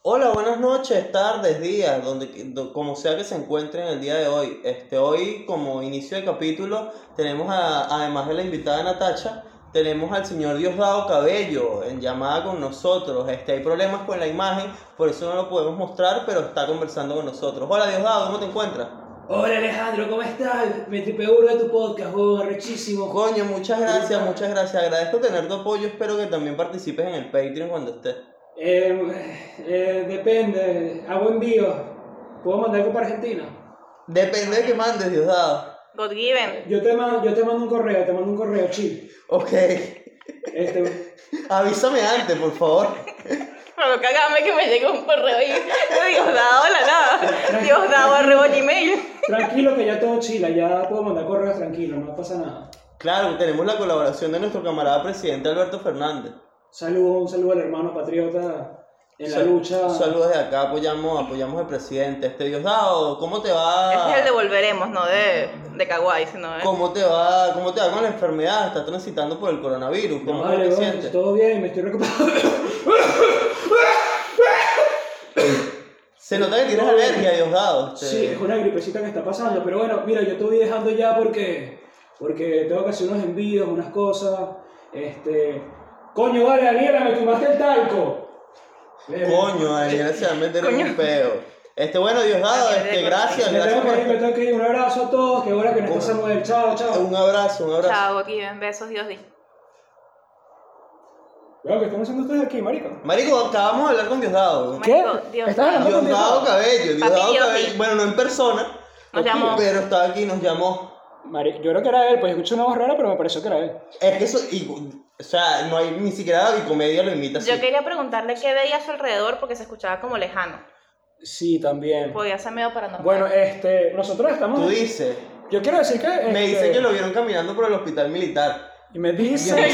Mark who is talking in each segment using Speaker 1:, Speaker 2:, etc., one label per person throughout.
Speaker 1: Hola, buenas noches, tardes, días, como sea que se encuentren el día de hoy. Hoy, como inicio de capítulo, tenemos además de la invitada Natacha, tenemos al señor Diosdado Cabello en llamada con nosotros. Hay problemas con la imagen, por eso no lo podemos mostrar, pero está conversando con nosotros. Hola Diosdado, ¿cómo te encuentras?
Speaker 2: Hola Alejandro, ¿cómo estás? Me tripé burda de tu podcast, arrechísimo.
Speaker 1: Coño, muchas gracias, muchas gracias. Agradezco tener tu apoyo, espero que también participes en el Patreon cuando estés.
Speaker 2: Depende, hago envío. ¿Puedo mandar algo para Argentina?
Speaker 1: Depende de que mandes, Diosdado.
Speaker 3: God given.
Speaker 2: Yo te mando un correo, chill.
Speaker 1: Ok.
Speaker 2: Este,
Speaker 1: Avísame antes, por favor.
Speaker 3: Pero cágame que me llegue un correo y Diosdado la nada. Diosdado@gmail.
Speaker 2: tranquilo que ya todo chila, ya puedo mandar correos tranquilo, no pasa nada.
Speaker 1: Claro, tenemos la colaboración de nuestro camarada presidente Alberto Fernández.
Speaker 2: Un saludo al hermano patriota en la lucha.
Speaker 1: Saludos de acá, apoyamos al presidente. Diosdado, ¿cómo te va?
Speaker 3: Este es el de Volveremos, no de Kawaii, sino de...
Speaker 1: ¿Cómo te va con la enfermedad? ¿Estás transitando por el coronavirus? ¿Cómo
Speaker 2: Vale,
Speaker 1: te sientes?
Speaker 2: todo bien, me estoy recuperando.
Speaker 1: Se nota que tienes alergia, Diosdado.
Speaker 2: Sí, es una gripecita que está pasando, pero bueno, mira, yo te voy dejando ya porque tengo que hacer unos envíos, unas cosas. Coño, vale, Daniela, me tomaste el talco.
Speaker 1: Coño, Daniela se va a meter en un peo. Bueno, Diosdado, gracias
Speaker 2: Me
Speaker 1: por...
Speaker 2: tengo que ir, un abrazo a todos, que bueno que nos pasamos del chao.
Speaker 1: Un abrazo.
Speaker 3: Chao, God given. Besos, Dios di.
Speaker 2: ¿Qué están haciendo ustedes aquí, marico?
Speaker 1: Marico, acabamos de hablar con Diosdado.
Speaker 2: ¿Qué?
Speaker 3: Dios.
Speaker 2: ¿Estás hablando con
Speaker 1: Diosdado Cabello.
Speaker 3: Papi,
Speaker 1: Bueno, no en persona.
Speaker 3: Nos llamó.
Speaker 1: Pero estaba aquí, nos llamó.
Speaker 2: Yo creo que era él, pues escuché una voz rara, pero me pareció que era él.
Speaker 1: Es que eso, o sea, no hay ni siquiera David Comedia lo imita así.
Speaker 3: Yo quería preguntarle qué veía a su alrededor porque se escuchaba como lejano.
Speaker 2: Sí, también.
Speaker 3: Podía ser medio paranormal.
Speaker 2: Bueno, nosotros estamos...
Speaker 1: Tú dices,
Speaker 2: Yo quiero decir que...
Speaker 1: me dice que lo vieron caminando por el hospital militar.
Speaker 2: Y me dice
Speaker 1: Yo no sé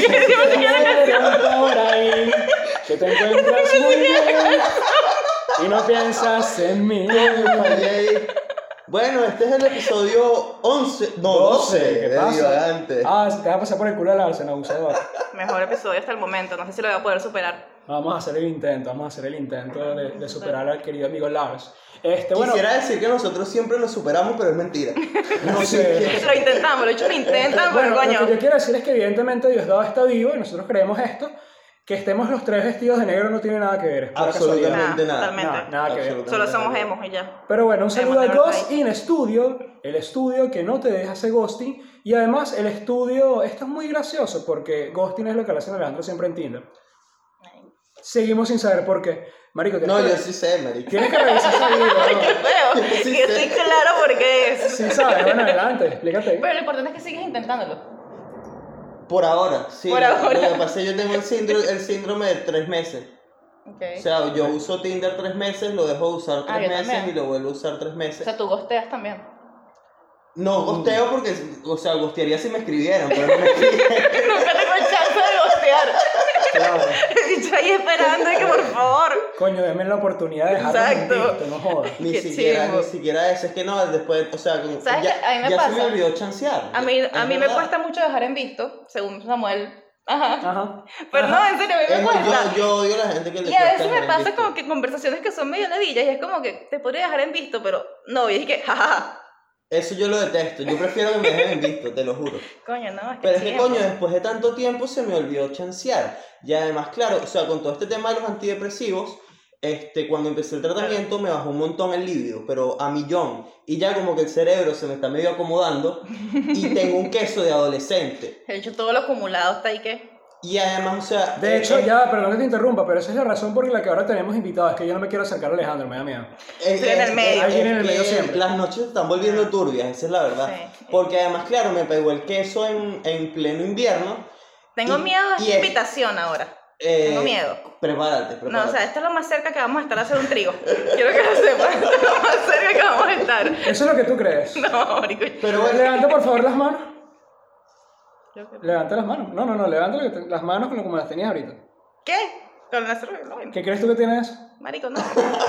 Speaker 2: por ahí que te encuentras muy bien y no piensas en mí.
Speaker 1: Fallé. Bueno, este es el episodio 11, no, 12
Speaker 2: ¿Qué
Speaker 1: de
Speaker 2: pasa?
Speaker 1: Divagante.
Speaker 2: Se te va a pasar por el culo el Arsen, abusador.
Speaker 3: Mejor episodio hasta el momento. No sé si lo voy a poder superar.
Speaker 2: Vamos a hacer el intento de superar al querido amigo Lars. Bueno,
Speaker 1: Quisiera decir que nosotros siempre nos superamos, pero es mentira. No
Speaker 2: Sí.
Speaker 1: sé qué.
Speaker 3: Lo intentamos, lo he dicho, lo intentan, pero
Speaker 2: bueno,
Speaker 3: coño.
Speaker 2: lo que yo quiero decir es que evidentemente Diosdado está vivo y nosotros creemos esto. Que estemos los tres vestidos de negro no tiene nada que ver. Es pura
Speaker 1: Absolutamente
Speaker 2: casualidad.
Speaker 1: nada.
Speaker 3: Totalmente.
Speaker 2: Nada que ver.
Speaker 1: Absolutamente
Speaker 3: Solo somos
Speaker 1: nada.
Speaker 3: emos y ya.
Speaker 2: Pero bueno, un saludo a
Speaker 3: Tenemos
Speaker 2: Ghost in Studio, el estudio que no te deja hacer ghosting. Y además el estudio, esto es muy gracioso porque ghosting es lo que le hacen a Alejandro siempre en Tinder. Seguimos sin saber por qué. Marico,
Speaker 1: No, yo sí sé, marico.
Speaker 2: tienes que revisar ese video.
Speaker 3: Ay, qué feo.
Speaker 1: Sí,
Speaker 3: Y estoy clara por qué es.
Speaker 2: Sí sabes, bueno, adelante, explícate.
Speaker 3: Pero lo importante es que sigues intentándolo.
Speaker 1: Por ahora, sí.
Speaker 3: Por ahora.
Speaker 1: Lo que pasa es que yo tengo el síndrome de 3 meses.
Speaker 3: Okay.
Speaker 1: O sea, yo uso Tinder 3 meses, lo dejo de usar 3
Speaker 3: yo
Speaker 1: meses
Speaker 3: también.
Speaker 1: y lo vuelvo a usar 3
Speaker 3: O
Speaker 1: meses.
Speaker 3: sea, tú gosteas también.
Speaker 1: No gosteo porque, o sea, gostearía si me escribieran, pero no me escriben.
Speaker 3: Nunca tengo chance de gostear.
Speaker 2: Claro.
Speaker 3: He dicho ahí esperando y que por favor.
Speaker 2: Coño, denme la oportunidad de dejarlo en
Speaker 3: Exacto.
Speaker 2: visto, no jodas.
Speaker 1: Ni
Speaker 3: Qué
Speaker 1: siquiera
Speaker 3: chimbo.
Speaker 1: eso. Es que no, después, o sea,
Speaker 3: ¿Sabes
Speaker 1: ya,
Speaker 3: qué? A mí me
Speaker 1: ya se
Speaker 3: pasa.
Speaker 1: me olvidó chancear.
Speaker 3: A mí me
Speaker 1: verdad.
Speaker 3: cuesta mucho dejar en visto, según Samuel. Ajá.
Speaker 2: Ajá.
Speaker 3: Pero no, en serio, a mí me cuesta.
Speaker 1: Yo odio a la gente que le
Speaker 3: Y a
Speaker 1: cuesta
Speaker 3: veces me
Speaker 1: dejar en
Speaker 3: pasa
Speaker 1: visto.
Speaker 3: como que conversaciones que son medio ladillas y es como que te podría dejar en visto, pero no, y es que, jajaja.
Speaker 1: Eso yo lo detesto. Yo prefiero que me dejen en visto, te lo juro.
Speaker 3: Coño, no, es que
Speaker 1: Pero es que,
Speaker 3: sí,
Speaker 1: coño, después de tanto tiempo se me olvidó chancear. Y además, claro, o sea, con todo este tema de los antidepresivos, cuando empecé el tratamiento me bajó un montón el libido, pero a millón. Y ya como que el cerebro se me está medio acomodando y tengo un queso de adolescente.
Speaker 3: De hecho, todo lo acumulado está ahí que...
Speaker 1: Y además, o sea...
Speaker 2: De hecho, ya, perdón que te interrumpa, pero esa es la razón por la que ahora tenemos invitados. Es que yo no me quiero acercar a Alejandro, me da miedo.
Speaker 3: Estoy en el medio.
Speaker 2: Alguien en el
Speaker 1: que
Speaker 2: medio siempre.
Speaker 1: Las noches se están volviendo turbias, esa es la verdad.
Speaker 3: Sí.
Speaker 1: Porque además, claro, me pegó el queso en pleno invierno.
Speaker 3: Tengo
Speaker 1: Y-
Speaker 3: miedo a
Speaker 1: y
Speaker 3: esta
Speaker 1: es-
Speaker 3: invitación ahora. Tengo miedo.
Speaker 1: Prepárate.
Speaker 3: No, o sea, esto es lo más cerca que vamos a estar a hacer un trigo. Quiero que lo sepas. Esto es lo más cerca que vamos a estar.
Speaker 2: Eso es lo que tú crees.
Speaker 3: No, marico.
Speaker 1: Pero bueno,
Speaker 2: Levanta por favor las manos.
Speaker 3: Creo que-
Speaker 2: Levanta las manos. No, levanta las manos como las tenías ahorita.
Speaker 3: ¿Qué? Con la cerveza. No,
Speaker 2: ¿Qué crees tú que tienes?
Speaker 3: marico, no.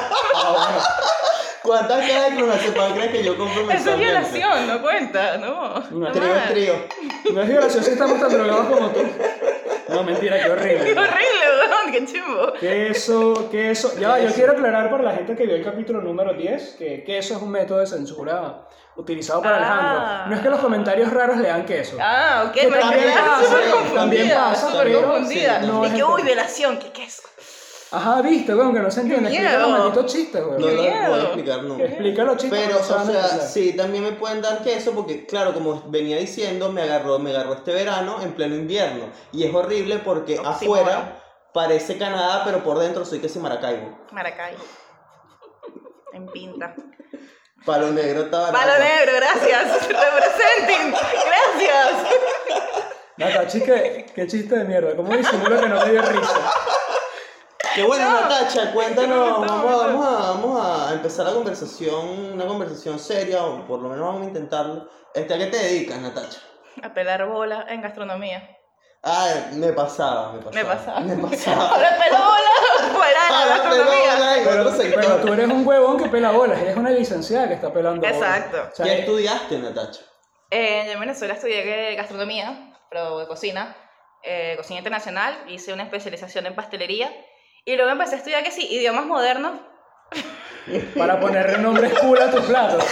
Speaker 1: ¿cuántas cajas de clonazepam crees que yo compro
Speaker 3: Eso es
Speaker 1: mensualmente?
Speaker 3: violación, no cuenta, no.
Speaker 2: No,
Speaker 1: Trío.
Speaker 2: No es violación si estamos tan drogados como tú. No, mentira, qué horrible.
Speaker 3: Qué horrible, weón. qué chimbo.
Speaker 2: Queso. Ya, yo quiero aclarar para la gente que vio el capítulo número 10 que queso es un método de censura utilizado por Alejandro. No es que los comentarios raros le dan queso.
Speaker 3: Ah, ok,
Speaker 2: Que
Speaker 3: me
Speaker 2: también
Speaker 3: quedé
Speaker 2: pasa,
Speaker 3: súper confundida.
Speaker 2: también pasa,
Speaker 3: Súper
Speaker 2: pero
Speaker 3: confundida.
Speaker 2: sí, no
Speaker 3: y
Speaker 2: es
Speaker 3: que,
Speaker 2: el-
Speaker 3: uy, violación, ¿qué es?
Speaker 2: Ajá, viste, weón, que no se entiende.
Speaker 3: Qué
Speaker 2: Explica los
Speaker 3: miedo.
Speaker 2: malditos chistes, weón.
Speaker 1: No lo
Speaker 3: miedo.
Speaker 1: puedo explicar nunca.
Speaker 2: Explica los chistes.
Speaker 1: Pero,
Speaker 2: que no
Speaker 1: o
Speaker 2: saben
Speaker 1: sea,
Speaker 2: explicar.
Speaker 1: sí, también me pueden dar queso porque, claro, como venía diciendo, me agarró este verano en pleno invierno. Y es horrible porque
Speaker 3: Oxímoron.
Speaker 1: afuera parece Canadá, pero por dentro soy que si Maracaibo.
Speaker 3: Maracay. En pinta.
Speaker 1: Palo negro estaba.
Speaker 3: Palo negro, gracias. Representing. Gracias.
Speaker 2: Natachi, qué chiste de mierda. ¿Cómo disimulo que no te dio risa?
Speaker 1: Qué bueno, Natacha, cuéntanos,
Speaker 3: Me gustó,
Speaker 1: vamos a empezar una conversación seria, o por lo menos vamos a intentarlo. ¿A qué te dedicas, Natacha?
Speaker 3: A pelar bola en gastronomía.
Speaker 1: Ah, me pasaba.
Speaker 3: Me pasaba.
Speaker 1: Ahora
Speaker 3: Ahora pelo bola fuera de la gastronomía.
Speaker 1: en otro sector.
Speaker 2: Pero tú eres un huevón que pela bolas. Eres una licenciada que está pelando bolas.
Speaker 3: Exacto.
Speaker 2: O sea,
Speaker 1: ¿Qué estudiaste, Natacha?
Speaker 3: Yo en Venezuela estudié gastronomía, pero de cocina, cocina internacional. Hice una especialización en pastelería. Y luego empecé a estudiar, que sí, idiomas modernos.
Speaker 2: para ponerle nombres cool a tus platos.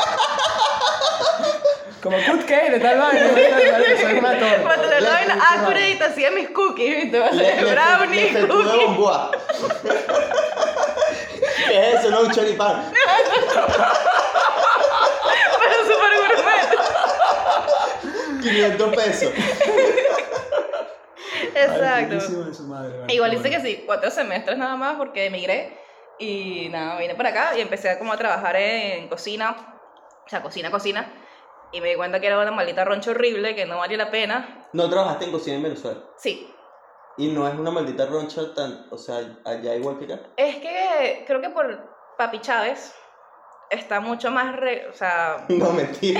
Speaker 2: Como good cake de tal vaina. Soy una torta.
Speaker 3: Cuando le
Speaker 1: Le-
Speaker 3: vaina
Speaker 1: le-
Speaker 3: accurate, hacía mis cookies, ¿viste? Va a ser
Speaker 1: Le
Speaker 3: brownie,
Speaker 1: de
Speaker 3: cookies.
Speaker 1: bomboa. ¿Qué es eso? No, un choripán.
Speaker 3: Pero súper gourmet.
Speaker 1: 500 pesos.
Speaker 3: Exacto.
Speaker 2: Riquísimo de su madre, vale,
Speaker 3: Igual
Speaker 2: qué
Speaker 3: hice
Speaker 2: bueno.
Speaker 3: que sí, 4 semestres nada más porque emigré. Y nada, vine para acá y empecé como a trabajar en cocina. O sea, cocina. Y me di cuenta que era una maldita roncha horrible, que no valía la pena.
Speaker 1: No trabajaste en cocina en Venezuela.
Speaker 3: Sí.
Speaker 1: Y no es una maldita roncha o sea, allá igual que acá.
Speaker 3: Es que creo que por Papi Chávez está mucho más... o sea,
Speaker 1: No, mentira.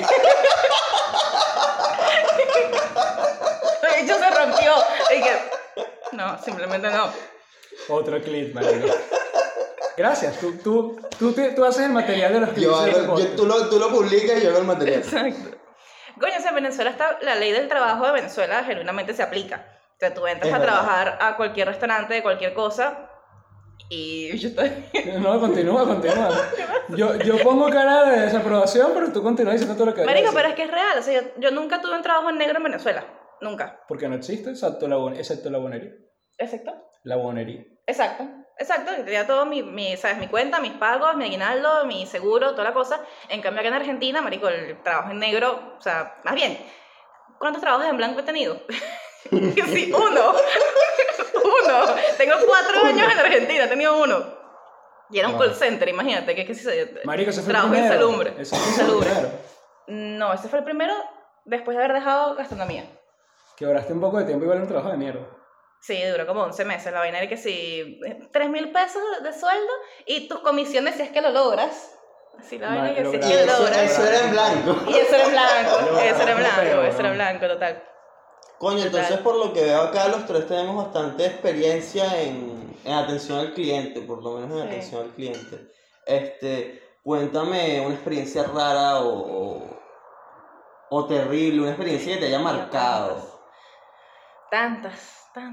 Speaker 3: de hecho se rompió. Y que... No, simplemente no.
Speaker 2: Otro clip, marico. Gracias. Tú haces el material de los clips.
Speaker 1: Yo
Speaker 2: de este
Speaker 1: hago-
Speaker 2: podcast.
Speaker 1: tú lo publicas y yo hago el material.
Speaker 3: Exacto. Coño, o sea, en Venezuela está... La ley del trabajo de Venezuela genuinamente se aplica. O sea, tú entras
Speaker 1: Es
Speaker 3: a
Speaker 1: verdad.
Speaker 3: trabajar a cualquier restaurante de cualquier cosa y yo estoy...
Speaker 2: No, continúa. Yo pongo cara de desaprobación, pero tú continúas diciendo todo lo que
Speaker 3: Marico,
Speaker 2: debes
Speaker 3: pero es
Speaker 2: decir.
Speaker 3: que es real. O sea, yo nunca tuve un trabajo en negro en Venezuela. Nunca.
Speaker 2: Porque no existe, excepto la bonería.
Speaker 3: ¿Exacto?
Speaker 2: La bonería.
Speaker 3: Exacto. Tenía todo ¿sabes? Mi cuenta, mis pagos, mi aguinaldo, mi seguro, toda la cosa. En cambio, acá en Argentina, marico, el trabajo en negro, o sea, más bien, ¿cuántos trabajos en blanco he tenido? Sí, uno. Tengo 4 años en Argentina, he tenido uno. Y era un
Speaker 2: Wow.
Speaker 3: call center, imagínate, que es que
Speaker 2: Marico, ese fue
Speaker 3: trabajo
Speaker 2: el primero.
Speaker 3: insalubre.
Speaker 2: Ese fue el primero.
Speaker 3: No, ese fue el primero después de haber dejado gastronomía.
Speaker 2: Que duraste un poco de tiempo igual un trabajo de mierda.
Speaker 3: Sí, duró como 11 meses. La vaina era que si 3.000 pesos de sueldo y tus comisiones si es que lo logras. Así la vaina que si es
Speaker 2: Lograste.
Speaker 3: que
Speaker 1: Y
Speaker 3: lo
Speaker 1: eso
Speaker 3: logras.
Speaker 1: era en blanco.
Speaker 3: Y eso era en blanco, eso era en blanco,
Speaker 2: Pero,
Speaker 3: eso era
Speaker 2: ¿no?
Speaker 3: en blanco, total.
Speaker 1: Coño, entonces por lo que veo acá, los tres tenemos bastante experiencia en atención al cliente, por lo menos en
Speaker 3: Sí.
Speaker 1: atención al cliente. Cuéntame una experiencia rara o terrible, una experiencia que te haya marcado.
Speaker 3: Tantas.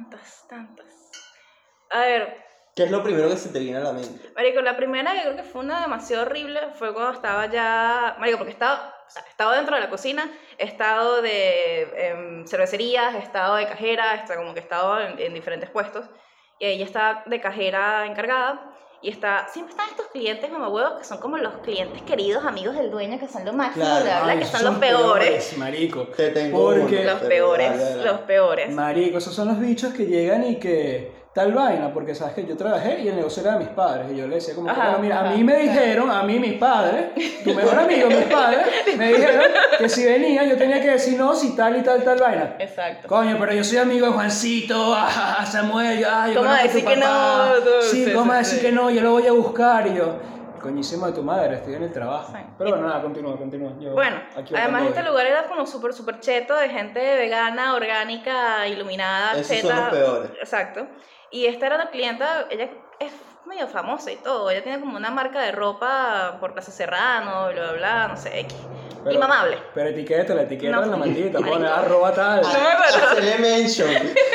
Speaker 3: A ver,
Speaker 1: ¿Qué es lo primero que se te viene a la mente?
Speaker 3: marico, la primera que creo que fue una demasiado horrible fue cuando estaba ya... Marico, porque he estado dentro de la cocina, he estado de cervecerías, he estado de cajera, como que he estado en diferentes puestos. Y ahí ya estaba de cajera encargada. Y siempre están estos clientes mamahuevos que son como los clientes queridos, amigos del dueño, que son lo máximo,
Speaker 1: Claro.
Speaker 3: bla, bla,
Speaker 2: Ay,
Speaker 3: que
Speaker 2: esos
Speaker 3: son los peores.
Speaker 2: Marico.
Speaker 1: Te tengo
Speaker 2: Porque-
Speaker 1: uno,
Speaker 3: Los
Speaker 1: pero
Speaker 3: peores,
Speaker 1: dale, dale.
Speaker 3: los peores.
Speaker 2: Marico, esos son los bichos que llegan y que tal vaina, porque sabes que yo trabajé y el negocio era de mis padres. Y yo le decía como, que,
Speaker 3: Ajá,
Speaker 2: bueno, mira,
Speaker 3: ajá.
Speaker 2: a mí me dijeron, mis padres, tu mejor amigo, mis padres, me dijeron que si venía yo tenía que decir no, si tal y tal vaina.
Speaker 3: Exacto.
Speaker 2: Coño, pero yo soy amigo de Juancito, Samuel, yo
Speaker 3: ¿Cómo
Speaker 2: conozco a tu
Speaker 3: decir que
Speaker 2: papá.
Speaker 3: no? Tú,
Speaker 2: Sí,
Speaker 3: sí,
Speaker 2: ¿cómo
Speaker 3: sí,
Speaker 2: decir
Speaker 3: sí.
Speaker 2: que no? Yo lo voy a buscar y yo, coñísimo de tu madre, estoy en el trabajo.
Speaker 3: Sí.
Speaker 2: Pero bueno, nada, continúa. Yo
Speaker 3: Bueno,
Speaker 2: aquí
Speaker 3: además
Speaker 2: botando
Speaker 3: este
Speaker 2: odio.
Speaker 3: lugar era como súper cheto, de gente vegana, orgánica, iluminada,
Speaker 1: Esos
Speaker 3: cheta.
Speaker 1: son los peores.
Speaker 3: Exacto. Y esta era una clienta, ella es medio famosa y todo, ella tiene como una marca de ropa por Plaza Serrano, bla, bla, bla, no sé, X.
Speaker 2: Pero-
Speaker 3: Inmamable.
Speaker 2: Pero etiqueta
Speaker 3: No.
Speaker 2: la maldita, pone
Speaker 3: Marico.
Speaker 2: arroba tal.
Speaker 3: No me acuerdo.
Speaker 1: Hacerle mention.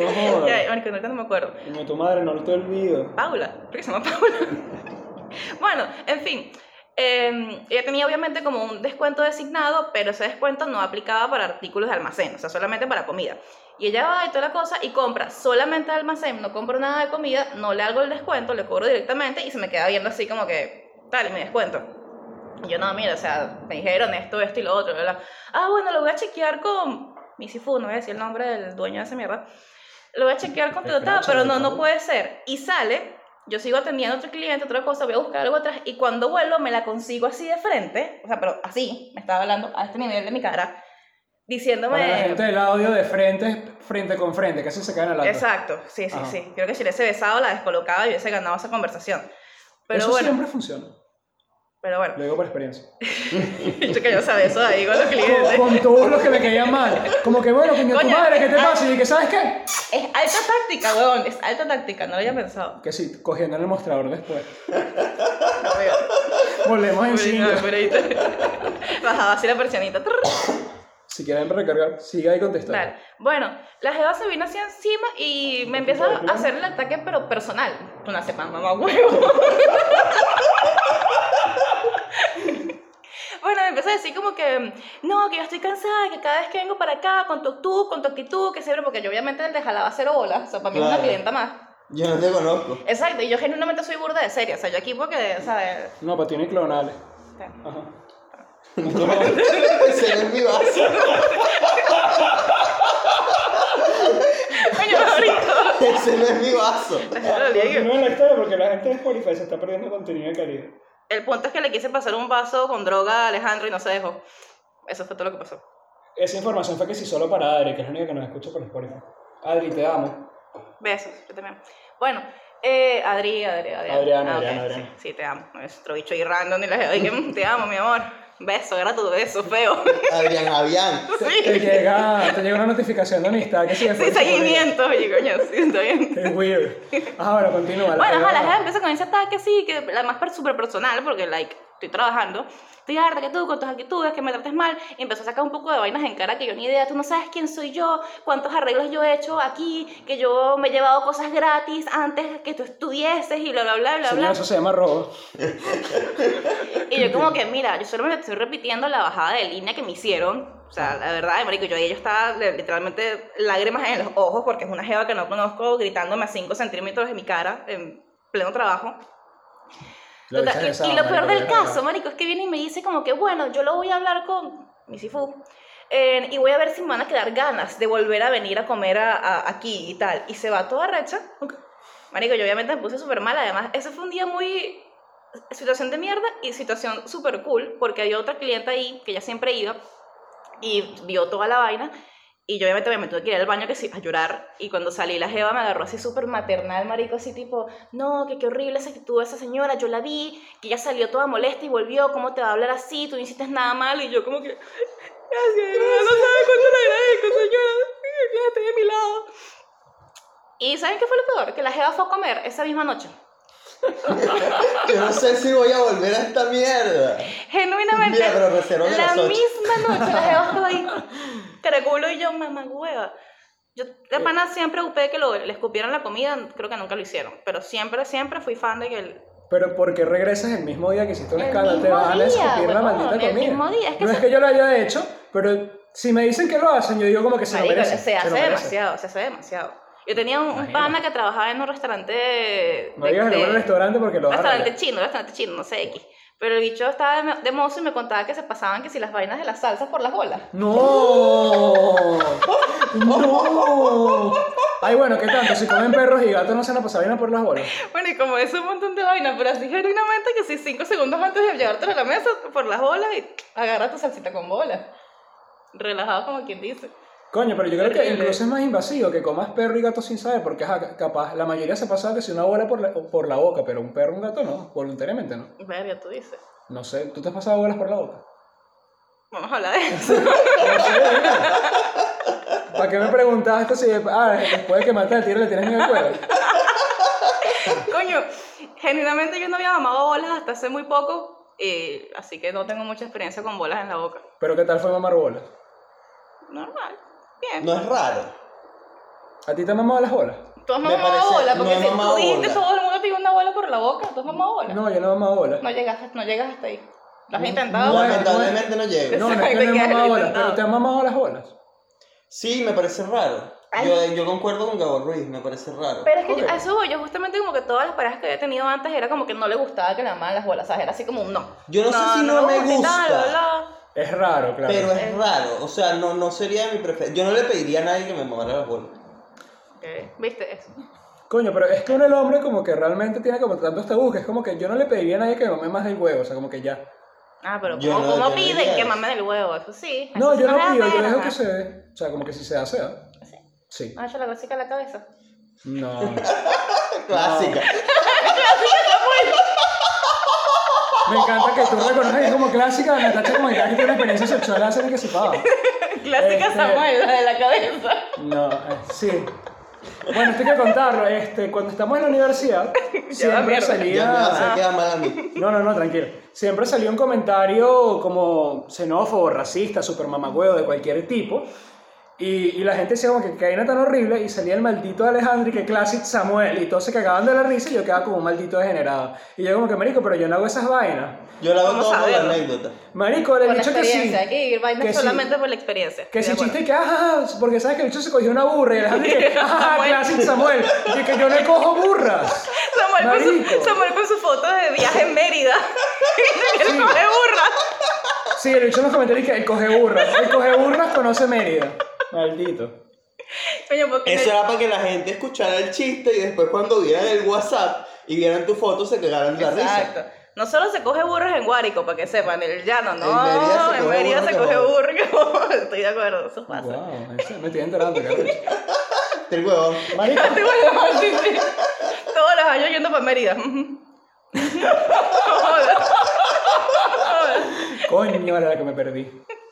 Speaker 2: No jodas.
Speaker 3: Ya, marico, ahorita no me acuerdo.
Speaker 2: Coño, tu madre, no te olvido.
Speaker 3: Paula, ¿por qué se llama Paula? Bueno, en fin. Ella tenía obviamente como un descuento designado, pero ese descuento no aplicaba para artículos de almacén, o sea, solamente para comida. Y ella va y toda la cosa y compra solamente de almacén, no compro nada de comida, no le hago el descuento, le cobro directamente y se me queda viendo así como que, dale, mi descuento. Y yo, no, mira, o sea, me dijeron esto y lo otro, ¿verdad? Ah, bueno, lo voy a chequear con Misifu, no voy a decir el nombre del dueño de esa mierda. Lo voy a chequear con Toyota, pero no puede ser. Y sale, yo sigo atendiendo a otro cliente, otra cosa, voy a buscar algo atrás, y cuando vuelvo me la consigo así de frente, o sea, pero así, me estaba hablando a este nivel de mi cara, diciéndome...
Speaker 2: Para la gente del audio de frente con frente, que así se caen al lado.
Speaker 3: Exacto, sí. Creo que si le hubiese besado, la descolocaba y hubiese ganado esa conversación. Pero
Speaker 2: eso
Speaker 3: bueno,
Speaker 2: siempre funciona.
Speaker 3: Pero bueno.
Speaker 2: Lo digo por experiencia.
Speaker 3: Yo que yo sabía eso de ahí con los clientes.
Speaker 2: Con todos los que me caían mal. Como que, bueno, coño, tu madre, ¿qué te pasa? Y que, ¿sabes qué?
Speaker 3: Es alta táctica, huevón. Es alta táctica, no lo había pensado.
Speaker 2: Que sí, cogiendo en el mostrador después. Volvemos en 5.
Speaker 3: Bajaba así la persianita.
Speaker 2: Si quieren recargar, sigue ahí contestando.
Speaker 3: Claro. Bueno, la jeva se vino así encima y me empieza a hacer el ataque, pero personal. Tú no sepas, mamá huevo. Bueno, me empezó a decir como que no, que yo estoy cansada, que cada vez que vengo para acá con tu actitud, que siempre, porque yo obviamente le jalaba cero bolas, o sea, para mí es una clienta más.
Speaker 1: Yo no te conozco.
Speaker 3: Exacto, y yo genuinamente soy burda de seria, o sea, yo aquí porque, ¿sabes?
Speaker 2: No, para ti no hay clonales.
Speaker 3: Sí.
Speaker 2: Ajá.
Speaker 1: Ese no es mi vaso.
Speaker 3: Coño, marico.
Speaker 1: Ese no es mi vaso.
Speaker 2: Continúa la historia porque la gente de Spotify se está perdiendo contenido de calidad.
Speaker 3: El punto es que le quise pasar un vaso con droga a Alejandro y no se dejó. Eso fue todo lo que pasó.
Speaker 2: Esa información fue que sí solo para Adri, que es la única que nos escucha por Spotify. Adri, te amo.
Speaker 3: Besos, yo también. Bueno,
Speaker 2: Adriana.
Speaker 3: Sí, te amo. Nuestro bicho ahí random y la dije, te amo, mi amor. Beso, era tu beso, feo.
Speaker 1: Adrián Avián.
Speaker 3: Sí.
Speaker 2: Te llega una notificación de amistad que sigue.
Speaker 3: Sí, seguimiento, oye, coño, sí, está bien.
Speaker 2: Es weird. Ahora continúa.
Speaker 3: Bueno, la gente empieza con ese ataque, sí, que la más súper personal, porque, like, estoy trabajando. Estoy harta que tú, con tus actitudes, que me trates mal. Y empezó a sacar un poco de vainas en cara que yo ni idea. Tú no sabes quién soy yo, cuántos arreglos yo he hecho aquí, que yo me he llevado cosas gratis antes que tú estuvieses y bla, bla, bla, bla, bla.
Speaker 2: Eso se llama robo.
Speaker 3: Y yo como que, mira, yo solo me estoy repitiendo la bajada de línea que me hihicieron. O sea, la verdad, marico, yo estaba literalmente lágrimas en los ojos porque es una jeva que no conozco gritándome a 5 centímetros de mi cara en pleno trabajo. Total, y lo peor del caso, marico, es que viene y me dice como que, bueno, yo lo voy a hablar con Misifu y voy a ver si me van a quedar ganas de volver a venir a comer aquí y tal. Y se va toda recha. Okay. Marico, yo obviamente me puse súper mal. Además, ese fue un día muy... situación de mierda y situación súper cool, porque había otra clienta ahí que ella siempre iba y vio toda la vaina. Y yo obviamente me tuve que ir al baño que sí, a llorar. Y cuando salí la jeva me agarró así súper maternal, marico, así tipo, no, que qué horrible esa actitud de esa señora, yo la vi, que ella salió toda molesta y volvió, ¿cómo te va a hablar así? Tú no hiciste nada malo. Y yo como que, gracias, no sabes cuánto le agradezco, señora, que esté de mi lado. ¿Y saben qué fue lo peor? Que la jeva fue a comer esa misma noche.
Speaker 1: Yo no sé si voy a volver a esta mierda.
Speaker 3: Genuinamente,
Speaker 1: mira, pero reservo de
Speaker 3: la
Speaker 1: las 8.
Speaker 3: misma noche la jeva estaba ahí, caraculo y yo, mamá hueva. Yo de pana siempre ocupé que le escupieran la comida, creo que nunca lo hicieron, pero siempre fui fan de que
Speaker 2: Pero ¿por qué regresas el mismo día que hiciste un escándalo? Te van a escupir la maldita comida.
Speaker 3: El mismo día. Es que
Speaker 2: no es que yo lo haya hecho, pero si me dicen que lo hacen, yo digo como que se lo merece.
Speaker 3: Se hace demasiado. Yo tenía un pana que trabajaba en un restaurante...
Speaker 2: No digas el nombre del restaurante porque lo vas a
Speaker 3: restaurante chino, no sé, X. Pero el bicho estaba de mozo y me contaba que se pasaban que si las vainas de las salsas por las bolas.
Speaker 2: ¡No! ¡No! Ay, bueno, ¿qué tanto? Si comen perros y gatos no se van a pasar vainas por las bolas.
Speaker 3: Bueno, y como eso un montón de vainas, pero así genuinamente que si 5 segundos antes de llevártelo a la mesa, por las bolas y agarra tu salsita con bolas. Relajado como quien dice.
Speaker 2: Coño, pero yo creo que incluso es más invasivo que comas perro y gato sin saber, porque capaz la mayoría se pasa que si una bola por la boca, pero un perro o un gato no, voluntariamente no.
Speaker 3: Verga, tú dices.
Speaker 2: No sé, ¿tú te has pasado bolas por la boca?
Speaker 3: Vamos a hablar de eso.
Speaker 2: ¿Para qué me preguntaste si después de que matas el tiro le tienes miedo al cuero?
Speaker 3: Coño, genuinamente yo no había mamado bolas hasta hace muy poco, así que no tengo mucha experiencia con bolas en la boca.
Speaker 2: ¿Pero qué tal fue mamar bolas?
Speaker 3: Normal, bien.
Speaker 1: No es raro.
Speaker 2: ¿A ti te han mamado las bolas?
Speaker 3: Tú has
Speaker 1: Me
Speaker 3: mamado
Speaker 1: parece-
Speaker 3: bola,
Speaker 1: no
Speaker 3: porque
Speaker 1: he
Speaker 3: si tú
Speaker 1: mamado
Speaker 3: dijiste
Speaker 1: bola.
Speaker 3: todo el mundo tiene una bola por la boca, tú has mamado bola.
Speaker 2: No, yo no he mamado bolas.
Speaker 3: No llegas hasta ahí. ¿Lo has
Speaker 2: No,
Speaker 3: intentado?
Speaker 2: no,
Speaker 1: Lamentablemente no llego.
Speaker 2: No, no es que
Speaker 3: Exacto,
Speaker 2: no he
Speaker 3: que has
Speaker 2: mamado bolas,
Speaker 3: intentado.
Speaker 2: pero te han mamado las bolas.
Speaker 1: Sí, me parece raro. Yo concuerdo con Gabo Ruiz, me parece raro.
Speaker 3: Pero es que
Speaker 2: Ok.
Speaker 3: a eso voy, yo justamente como que todas las parejas que había tenido antes era como que no le gustaba que le mamaran las bolas, ¿sabes? Era así como un no.
Speaker 1: Yo no sé si no me
Speaker 3: y tal,
Speaker 1: gusta.
Speaker 3: bla.
Speaker 2: Es raro, claro.
Speaker 1: Pero es raro, o sea, no sería mi preferido. Yo no le pediría a nadie que me mamara las bolas.
Speaker 3: Ok, ¿viste eso?
Speaker 2: Coño, pero es que uno el hombre como que realmente tiene como tantos tabús, que es como que yo no le pediría a nadie que me mame más del huevo, o sea, como que ya.
Speaker 3: Ah, pero
Speaker 1: Yo
Speaker 3: ¿cómo,
Speaker 1: no-
Speaker 3: cómo
Speaker 1: yo no
Speaker 3: piden
Speaker 1: diría
Speaker 3: que
Speaker 1: eso.
Speaker 3: mamen el huevo? Eso sí.
Speaker 2: No,
Speaker 3: eso sí
Speaker 2: yo no
Speaker 3: me da
Speaker 2: pido, yo
Speaker 3: pena,
Speaker 2: dejo
Speaker 3: ajá.
Speaker 2: que se dé. O sea, como que si se hace, ¿ah?
Speaker 3: ¿Sí?
Speaker 2: Sí.
Speaker 3: ¿No ha hecho la cosita a la cabeza?
Speaker 2: No.
Speaker 1: Clásica.
Speaker 2: Me encanta que tú reconozcas que como clásica, Natacha como que cada que tiene una experiencia sexual hace que se paga.
Speaker 3: Clásica Samuel, la de la cabeza.
Speaker 2: No, sí. Bueno, esto hay que contarlo. Cuando estamos en la universidad, siempre
Speaker 3: mierda.
Speaker 2: salía...
Speaker 1: Ya me va a hacer quedar mal a mí.
Speaker 2: No, tranquilo. Siempre salía un comentario como xenófobo, racista, super mamagüeo de cualquier tipo. Y la gente decía como que vaina tan horrible y salía el maldito Alejandro y que Classic Samuel y todos se cagaban de la risa y yo quedaba como un maldito degenerado. Y yo como que, marico, pero yo no hago esas vainas.
Speaker 1: Yo la hago
Speaker 3: Vamos
Speaker 1: todo
Speaker 3: a
Speaker 1: por la
Speaker 3: verlo.
Speaker 1: anécdota.
Speaker 2: Marico, le he
Speaker 3: Por la
Speaker 2: dicho que sí.
Speaker 3: experiencia, hay que vivir vainas
Speaker 2: Que sí.
Speaker 3: solamente por la experiencia.
Speaker 2: Que si
Speaker 3: Estoy de
Speaker 2: chiste y que, ajá, porque sabes que el bicho se cogió una burra y Alejandro y que, ajá,
Speaker 3: Samuel.
Speaker 2: Classic Samuel. Y que yo no cojo burras. Marico.
Speaker 3: Samuel con su foto de viaje en Mérida. Y
Speaker 2: Sí.
Speaker 3: él coge burra.
Speaker 2: Sí, el bicho en los comentarios que él coge burras. El coge burras conoce Mérida. Maldito.
Speaker 3: Coño, porque
Speaker 1: Eso era para que la gente escuchara el chiste y después cuando vieran el WhatsApp y vieran tu foto se cagaran de la
Speaker 3: Exacto.
Speaker 1: risa.
Speaker 3: No solo se coge burros en Guárico, para que sepan, el llano, no.
Speaker 1: En Mérida se coge burro que
Speaker 3: burro. Estoy de acuerdo, eso pasa.
Speaker 2: Wow, eso me estoy enterando, cabrón.
Speaker 1: El huevón.
Speaker 2: Marico,
Speaker 3: Te voy a dejar, sí, sí. Todos los años yendo para Mérida. Joder.
Speaker 2: coño, era la que me perdí.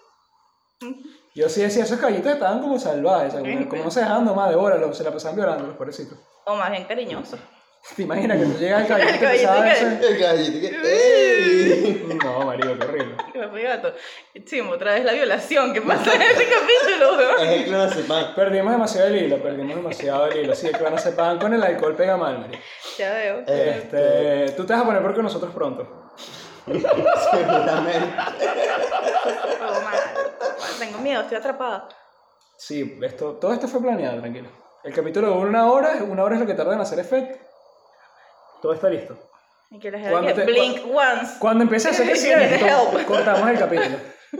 Speaker 2: Yo sí decía, esos caballitos estaban como salvajes, o sea, como no se dejaban nomás de bola, se la pasaban violando los pobrecitos.
Speaker 3: O más bien cariñoso.
Speaker 2: ¿Te imaginas que tú llegas al caballito y
Speaker 3: El caballito
Speaker 2: empezaba a
Speaker 3: que-
Speaker 2: verse?
Speaker 1: El gallito que... ¡Ey!
Speaker 2: No, marico, qué horrible.
Speaker 3: Mi gato. Chimo, otra vez la violación que pasa en este capítulo, weón.
Speaker 1: Es el clonazepam.
Speaker 2: Perdimos demasiado el hilo. Sí, el clonazepam con el alcohol pega mal, marico.
Speaker 3: Ya veo.
Speaker 2: Tú te vas a poner peor que nosotros pronto.
Speaker 1: Seguramente.
Speaker 3: Todo mal. Tengo miedo, estoy atrapada.
Speaker 2: Sí, todo esto fue planeado, tranquilo. El capítulo de 1 hora es lo que tarda en hacer efecto. Todo está listo.
Speaker 3: Y que les
Speaker 2: ¿Cuándo
Speaker 3: que
Speaker 2: te-
Speaker 3: blink once.
Speaker 2: Cuando empiece a hacer que sí,
Speaker 3: Help.
Speaker 2: cortamos el capítulo.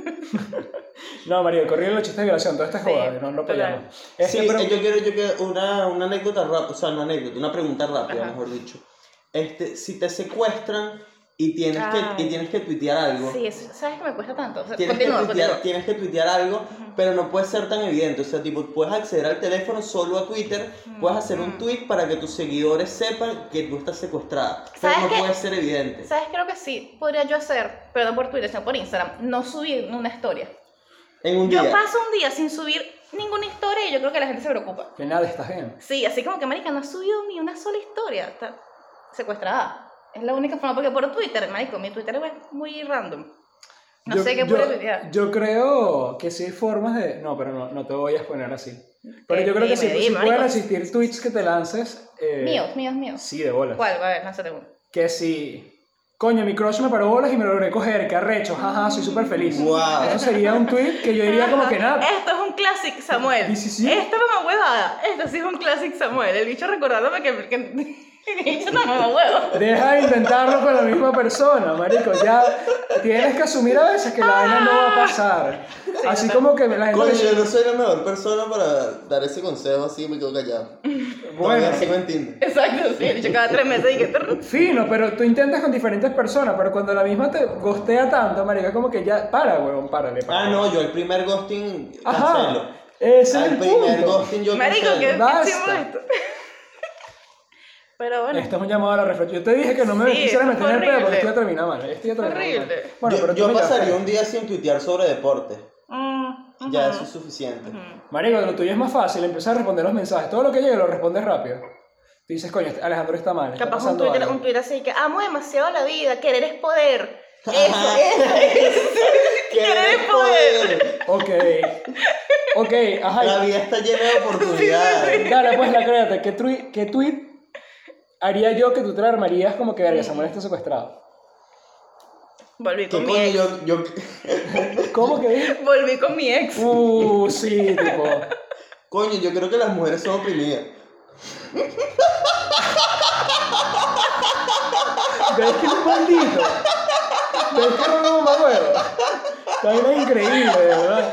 Speaker 2: No, María, corrieron los chistes de violación, todo esto es
Speaker 3: Sí,
Speaker 2: joda, no lo
Speaker 3: total.
Speaker 2: peleamos.
Speaker 1: Sí,
Speaker 2: pero-
Speaker 1: yo quiero una anécdota rápida, o sea, no anécdota, una pregunta rápida,
Speaker 3: Ajá.
Speaker 1: mejor dicho. Si te secuestran y tienes
Speaker 3: Ay.
Speaker 1: que tuitear algo,
Speaker 3: Sí, eso, ¿sabes que me cuesta tanto? O sea,
Speaker 1: tienes que tuitear algo, pero no puede ser tan evidente. O sea, tipo, puedes acceder al teléfono solo a Twitter, puedes hacer un tweet para que tus seguidores sepan que tú estás secuestrada, pero
Speaker 3: ¿Sabes
Speaker 1: no
Speaker 3: qué?
Speaker 1: puede ser evidente.
Speaker 3: ¿Sabes? Creo que sí, podría yo hacer, pero no por Twitter, sino por Instagram, no subir una historia.
Speaker 1: En un
Speaker 3: Yo
Speaker 1: día.
Speaker 3: paso un día sin subir ninguna historia y yo creo que la gente se preocupa.
Speaker 2: Que nada, estás bien.
Speaker 3: Sí, así como que, marica, no ha subido ni una sola historia, está secuestrada. Es la única forma, porque por Twitter, marico, mi Twitter es muy random. No sé qué puede tuitear.
Speaker 2: Yo creo que sí hay formas de... No, pero no te voy a exponer así. Pero yo creo
Speaker 3: Dime,
Speaker 2: que sí
Speaker 3: dime,
Speaker 2: pueden
Speaker 3: marico.
Speaker 2: existir tweets que te lances.
Speaker 3: Míos.
Speaker 2: Sí, de bolas.
Speaker 3: ¿Cuál? A ver, lánzate uno.
Speaker 2: Que si... Coño, mi crush me paró bolas y me lo logré coger, qué arrecho, jaja, soy súper feliz.
Speaker 1: Wow.
Speaker 2: Eso sería un tweet que yo diría como que nada.
Speaker 3: Esto es un classic Samuel.
Speaker 2: Sí.
Speaker 3: Esta mamá huevada. Esto sí es un classic Samuel. El bicho recordándome que el bicho no mamá huevo.
Speaker 2: Deja de intentarlo con la misma persona, marico. Ya tienes que asumir a veces que la vaina no va a pasar. Así como que la gente
Speaker 1: Coño,
Speaker 2: dice,
Speaker 1: yo no soy la mejor persona para dar ese consejo, así me quedo callado.
Speaker 2: bueno,
Speaker 1: Todavía sigo en Tinder.
Speaker 3: Exacto, sí. El bicho cada 3 meses y que...
Speaker 2: fino, pero tú intentas con diferentes personas, pero cuando la misma te gostea tanto, marico, es como que ya, huevón, párale.
Speaker 1: Ah, no, yo el primer ghosting
Speaker 2: Ajá,
Speaker 1: cancelo.
Speaker 2: ese es
Speaker 1: Al
Speaker 2: el
Speaker 1: primer
Speaker 2: punto.
Speaker 1: ghosting yo
Speaker 3: Marico,
Speaker 1: cancelo.
Speaker 3: ¿qué
Speaker 2: Basta.
Speaker 3: hicimos esto? Pero bueno.
Speaker 2: Esto es un llamado a la reflexión. Yo te dije que no me
Speaker 3: Sí,
Speaker 2: quisiera
Speaker 3: fue
Speaker 2: meter en el pedo porque
Speaker 3: horrible.
Speaker 2: estoy a terminar mal. Estoy a terminar mal.
Speaker 3: Horrible.
Speaker 2: Bueno,
Speaker 1: yo
Speaker 2: pero tú
Speaker 1: yo
Speaker 2: me
Speaker 1: pasaría
Speaker 2: pasaría
Speaker 1: un día sin tuitear sobre deporte. Ya eso es suficiente.
Speaker 2: Marico, lo tuyo es más fácil, empezar a responder los mensajes. Todo lo que llegue lo respondes rápido. Tú dices, coño, Alejandro está mal, está
Speaker 3: Capaz
Speaker 2: pasando
Speaker 3: un
Speaker 2: algo.
Speaker 3: Twitter así que amo demasiado la vida, querer es poder. Querer poder.
Speaker 2: Ok, ajá.
Speaker 1: La vida está llena de oportunidades.
Speaker 2: Dale, pues la créate. ¿Qué tweet haría yo que tú te la armarías como que verga, Samuel está secuestrado?
Speaker 3: Volví
Speaker 1: ¿Qué
Speaker 3: con mi
Speaker 1: coño
Speaker 3: ex.
Speaker 2: ¿Cómo que dije?
Speaker 3: Volví con mi ex.
Speaker 2: Sí, tipo.
Speaker 1: Coño, yo creo que las mujeres son oprimidas.
Speaker 2: ¿Ves que es un maldito? ¿Ves que no es un huevo? También es increíble, de verdad.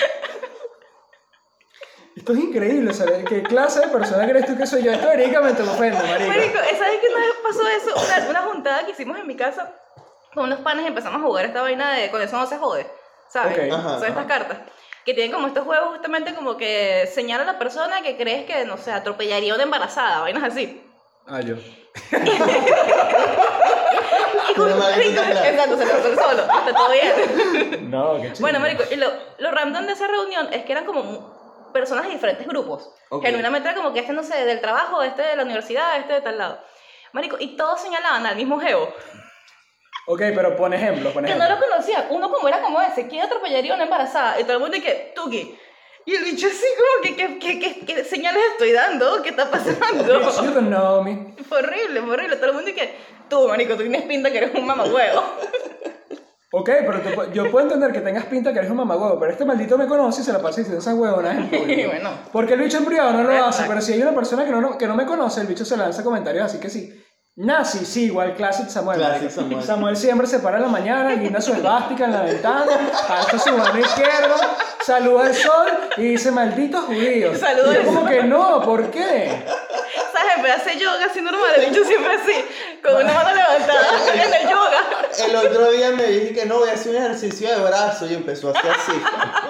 Speaker 2: Esto es increíble, ¿sabes? ¿Qué clase de persona crees tú que soy yo? Esto verídicamente me ofende, marico.
Speaker 3: Marico, ¿sabes que una vez pasó eso? Una juntada que hicimos en mi casa con unos panes y empezamos a jugar esta vaina de con eso no se jode, ¿sabes?
Speaker 2: Ok.
Speaker 1: Ajá,
Speaker 3: Son estas cartas que tienen como estos juegos justamente como que señala a la persona que crees que, no sé, atropellaría a una embarazada, vainas así.
Speaker 2: Yo.
Speaker 3: Y
Speaker 1: Pero marico, está claro.
Speaker 3: exacto, se lo hace solo, está todo bien.
Speaker 2: No, qué chido.
Speaker 3: Bueno, marico, y lo random de esa reunión es que eran como personas de diferentes grupos.
Speaker 1: Ok.
Speaker 3: Genuinamente era como que este, no sé, del trabajo, este de la universidad, este de tal lado. Marico, y todos señalaban al mismo geo.
Speaker 2: Ok, pero pon ejemplo.
Speaker 3: Que no lo conocía. Uno como era como ese, ¿quién atropellaría a una embarazada? Y todo el mundo y que, Tuki. Y el bicho así como que ¿qué señales estoy dando? ¿Qué está pasando?
Speaker 2: Bitch, you don't know me.
Speaker 3: Fue horrible, fue horrible. Todo el mundo y que, tú, marico, tú tienes pinta que eres un mamahuevo.
Speaker 2: Ok, pero yo puedo entender que tengas pinta que eres un mamagüevo, pero este maldito me conoce y se la pasa diciendo esas huevonas en público.
Speaker 3: Bueno.
Speaker 2: Porque el bicho en privado no lo hace,
Speaker 3: Exacto.
Speaker 2: pero si hay una persona que no me conoce, el bicho se lanza comentarios así que sí. Nazi, sí, igual Classic Samuel.
Speaker 1: Classic
Speaker 2: marico.
Speaker 1: Samuel.
Speaker 2: Samuel siempre se para en la mañana, guinda su esvástica en la ventana, alza su mano izquierda, saluda al sol y dice, malditos judíos.
Speaker 3: Saluda
Speaker 2: Y yo
Speaker 3: al
Speaker 2: como
Speaker 3: sol.
Speaker 2: que no, ¿por qué?
Speaker 3: ¿Sabes? En vez de hacer yoga así normal, el bicho siempre así, con una mano levantada en el yoga.
Speaker 1: El otro día me dije que no voy a hacer un ejercicio de brazo y empezó a hacer así.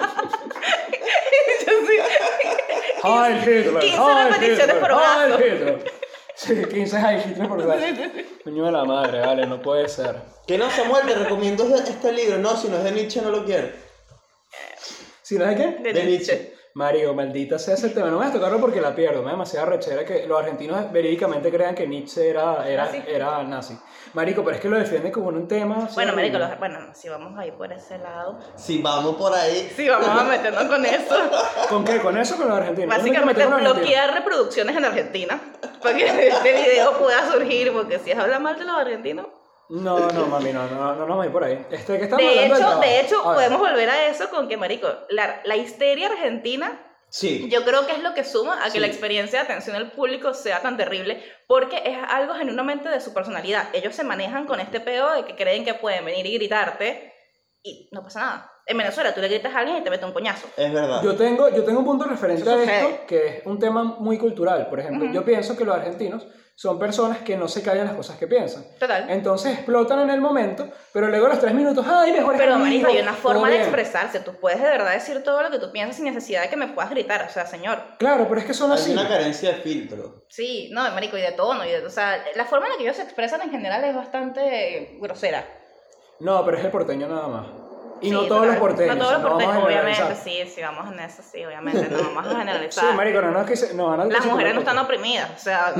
Speaker 3: Yo sí.
Speaker 2: Heil Hitler,
Speaker 3: 15
Speaker 2: Heil
Speaker 3: repeticiones
Speaker 2: Hitler,
Speaker 3: por brazo.
Speaker 2: Heil Hitler. Sí, 15 Heil Hitler por brazo. Coño de la madre, vale, no puede ser.
Speaker 1: Que no, Samuel, te recomiendo este libro. No, si no es de Nietzsche no lo quiero.
Speaker 2: ¿Sí no es qué?
Speaker 1: De Nietzsche.
Speaker 2: Mario, maldita sea ese tema. No me vas a tocarlo porque la pierdo. Me da demasiada rechera que los argentinos verídicamente crean que Nietzsche era nazi. Marico, pero es que lo defienden como un tema.
Speaker 3: Bueno,
Speaker 2: así,
Speaker 3: marico, si vamos a ir por ese lado.
Speaker 1: Si vamos por ahí.
Speaker 3: Sí, vamos a meternos con eso.
Speaker 2: ¿Con qué? ¿Con eso o con los argentinos?
Speaker 3: Básicamente
Speaker 2: Yo me meto con los argentinos.
Speaker 3: bloquear reproducciones en Argentina para que este video pueda surgir, porque si es hablar mal de los argentinos.
Speaker 2: No, mami, no vamos a ir por ahí. ¿Qué estamos hablando del
Speaker 3: De
Speaker 2: trabajo?
Speaker 3: hecho,
Speaker 2: A ver.
Speaker 3: podemos volver a eso con que, marico, la histeria argentina,
Speaker 1: Sí.
Speaker 3: yo creo que es lo que suma a que
Speaker 1: Sí.
Speaker 3: la experiencia de atención al público sea tan terrible, porque es algo genuinamente de su personalidad. Ellos se manejan con este peo de que creen que pueden venir y gritarte y no pasa nada. En Venezuela tú le gritas a alguien y te mete un coñazo.
Speaker 1: Es verdad.
Speaker 2: Yo tengo un punto referente
Speaker 3: Eso
Speaker 2: a
Speaker 3: sucede.
Speaker 2: esto, que es un tema muy cultural. Por ejemplo, yo pienso que los argentinos son personas que no se callan las cosas que piensan.
Speaker 3: Total.
Speaker 2: Entonces explotan en el momento, pero luego a los 3 minutos, ¡ay, mejor
Speaker 3: Pero,
Speaker 2: amigos!
Speaker 3: marico, hay una
Speaker 2: todo
Speaker 3: forma de
Speaker 2: bien.
Speaker 3: expresarse. Tú puedes de verdad decir todo lo que tú piensas sin necesidad de que me puedas gritar. O sea, señor.
Speaker 2: Claro, pero es que son
Speaker 1: Hay
Speaker 2: así.
Speaker 1: una carencia de filtro.
Speaker 3: Sí, no, marico, y de tono. O sea, la forma en la que ellos se expresan en general es bastante grosera.
Speaker 2: No, pero es el porteño nada más. Y
Speaker 3: Sí,
Speaker 2: no todos
Speaker 3: total.
Speaker 2: los porteños.
Speaker 3: No todos los
Speaker 2: vamos a
Speaker 3: porteños, obviamente,
Speaker 2: generalizar.
Speaker 3: sí, vamos en eso, sí, obviamente. No vamos a
Speaker 2: Sí,
Speaker 3: generalizar.
Speaker 2: marico, no es que se... No,
Speaker 3: Las mujeres no están oprimidas, o sea.